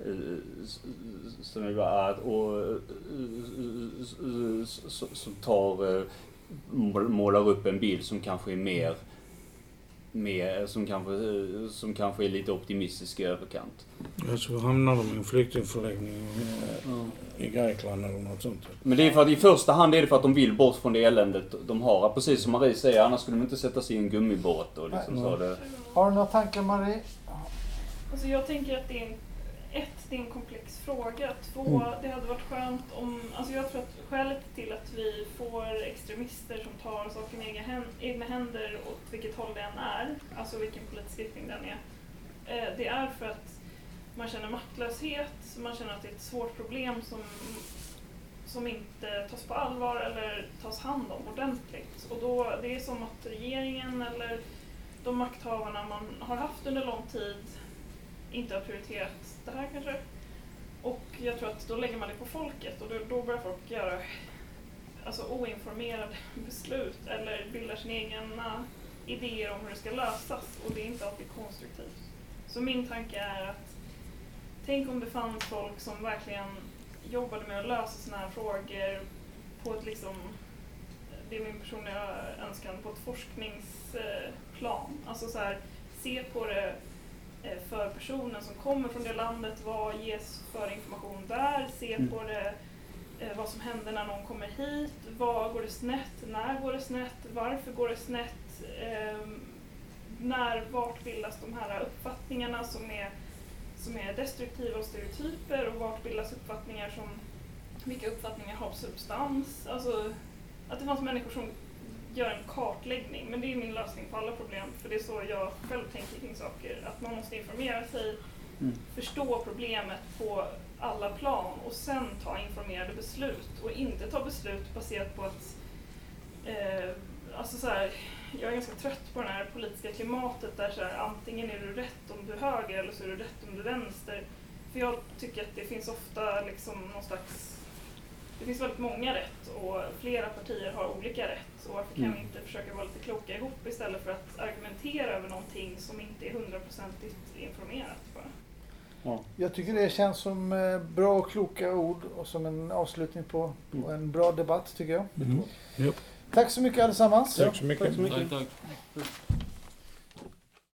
som, och, som tar målar upp en bild som kanske är mer, mer som, kanske, som kanske är lite optimistisk i överkant. Ja, så hamnar de i en flyktingförläggning mm. i Grekland eller något sånt. Men det är för att i första hand är det för att de vill bort från det eländet de har. Precis som Marie säger, annars skulle de inte sätta sig i en gummibåt. Och liksom så det. Har du några tankar, Marie? Alltså jag tänker att det är en, ett, det är en komplex fråga. Två, mm. det hade varit skönt om... Alltså jag tror att skälet till att vi får extremister som tar saken i egna, egna händer åt vilket håll det än är, alltså vilken politisk riktning den är, eh, det är för att man känner maktlöshet, man känner att det är ett svårt problem som, som inte tas på allvar eller tas hand om ordentligt. Och då, det är som att regeringen eller de makthavarna man har haft under lång tid inte har prioriterat det här kanske. Och jag tror att då lägger man det på folket och då, då börjar folk göra alltså, oinformerade beslut eller bildar sina egna idéer om hur det ska lösas, och det är inte alltid konstruktivt. Så min tanke är att tänk om det fanns folk som verkligen jobbade med att lösa såna här frågor på ett liksom, det är min personliga önskan, på ett forskningsplan. Alltså så här, se på det för personen som kommer från det landet, vad ges för information där, se mm. på det, vad som händer när någon kommer hit, vad går det snett, när går det snett, varför går det snett, eh, när, vart bildas de här uppfattningarna som är, som är destruktiva och stereotyper, och vart bildas uppfattningar som, vilka uppfattningar har substans, alltså att det fanns människor som gör en kartläggning, men det är min lösning på alla problem, för det är så jag själv tänker kring saker, att man måste informera sig, mm. förstå problemet på alla plan och sen ta informerade beslut, och inte ta beslut baserat på att eh, alltså så här, jag är ganska trött på det här politiska klimatet där så här, antingen är du rätt om du är höger eller så är du rätt om du är vänster, för jag tycker att det finns ofta liksom någon slags, det finns väldigt många rätt och flera partier har olika rätt, och varför kan mm. vi inte försöka vara lite kloka ihop istället för att argumentera över någonting som inte är hundraprocentigt informerat bara. Ja. Jag tycker det känns som bra och kloka ord och som en avslutning på, på en bra debatt tycker jag. Mm. Yep. Tack så mycket allesammans. Tack så mycket. Tack så mycket. Tack, tack.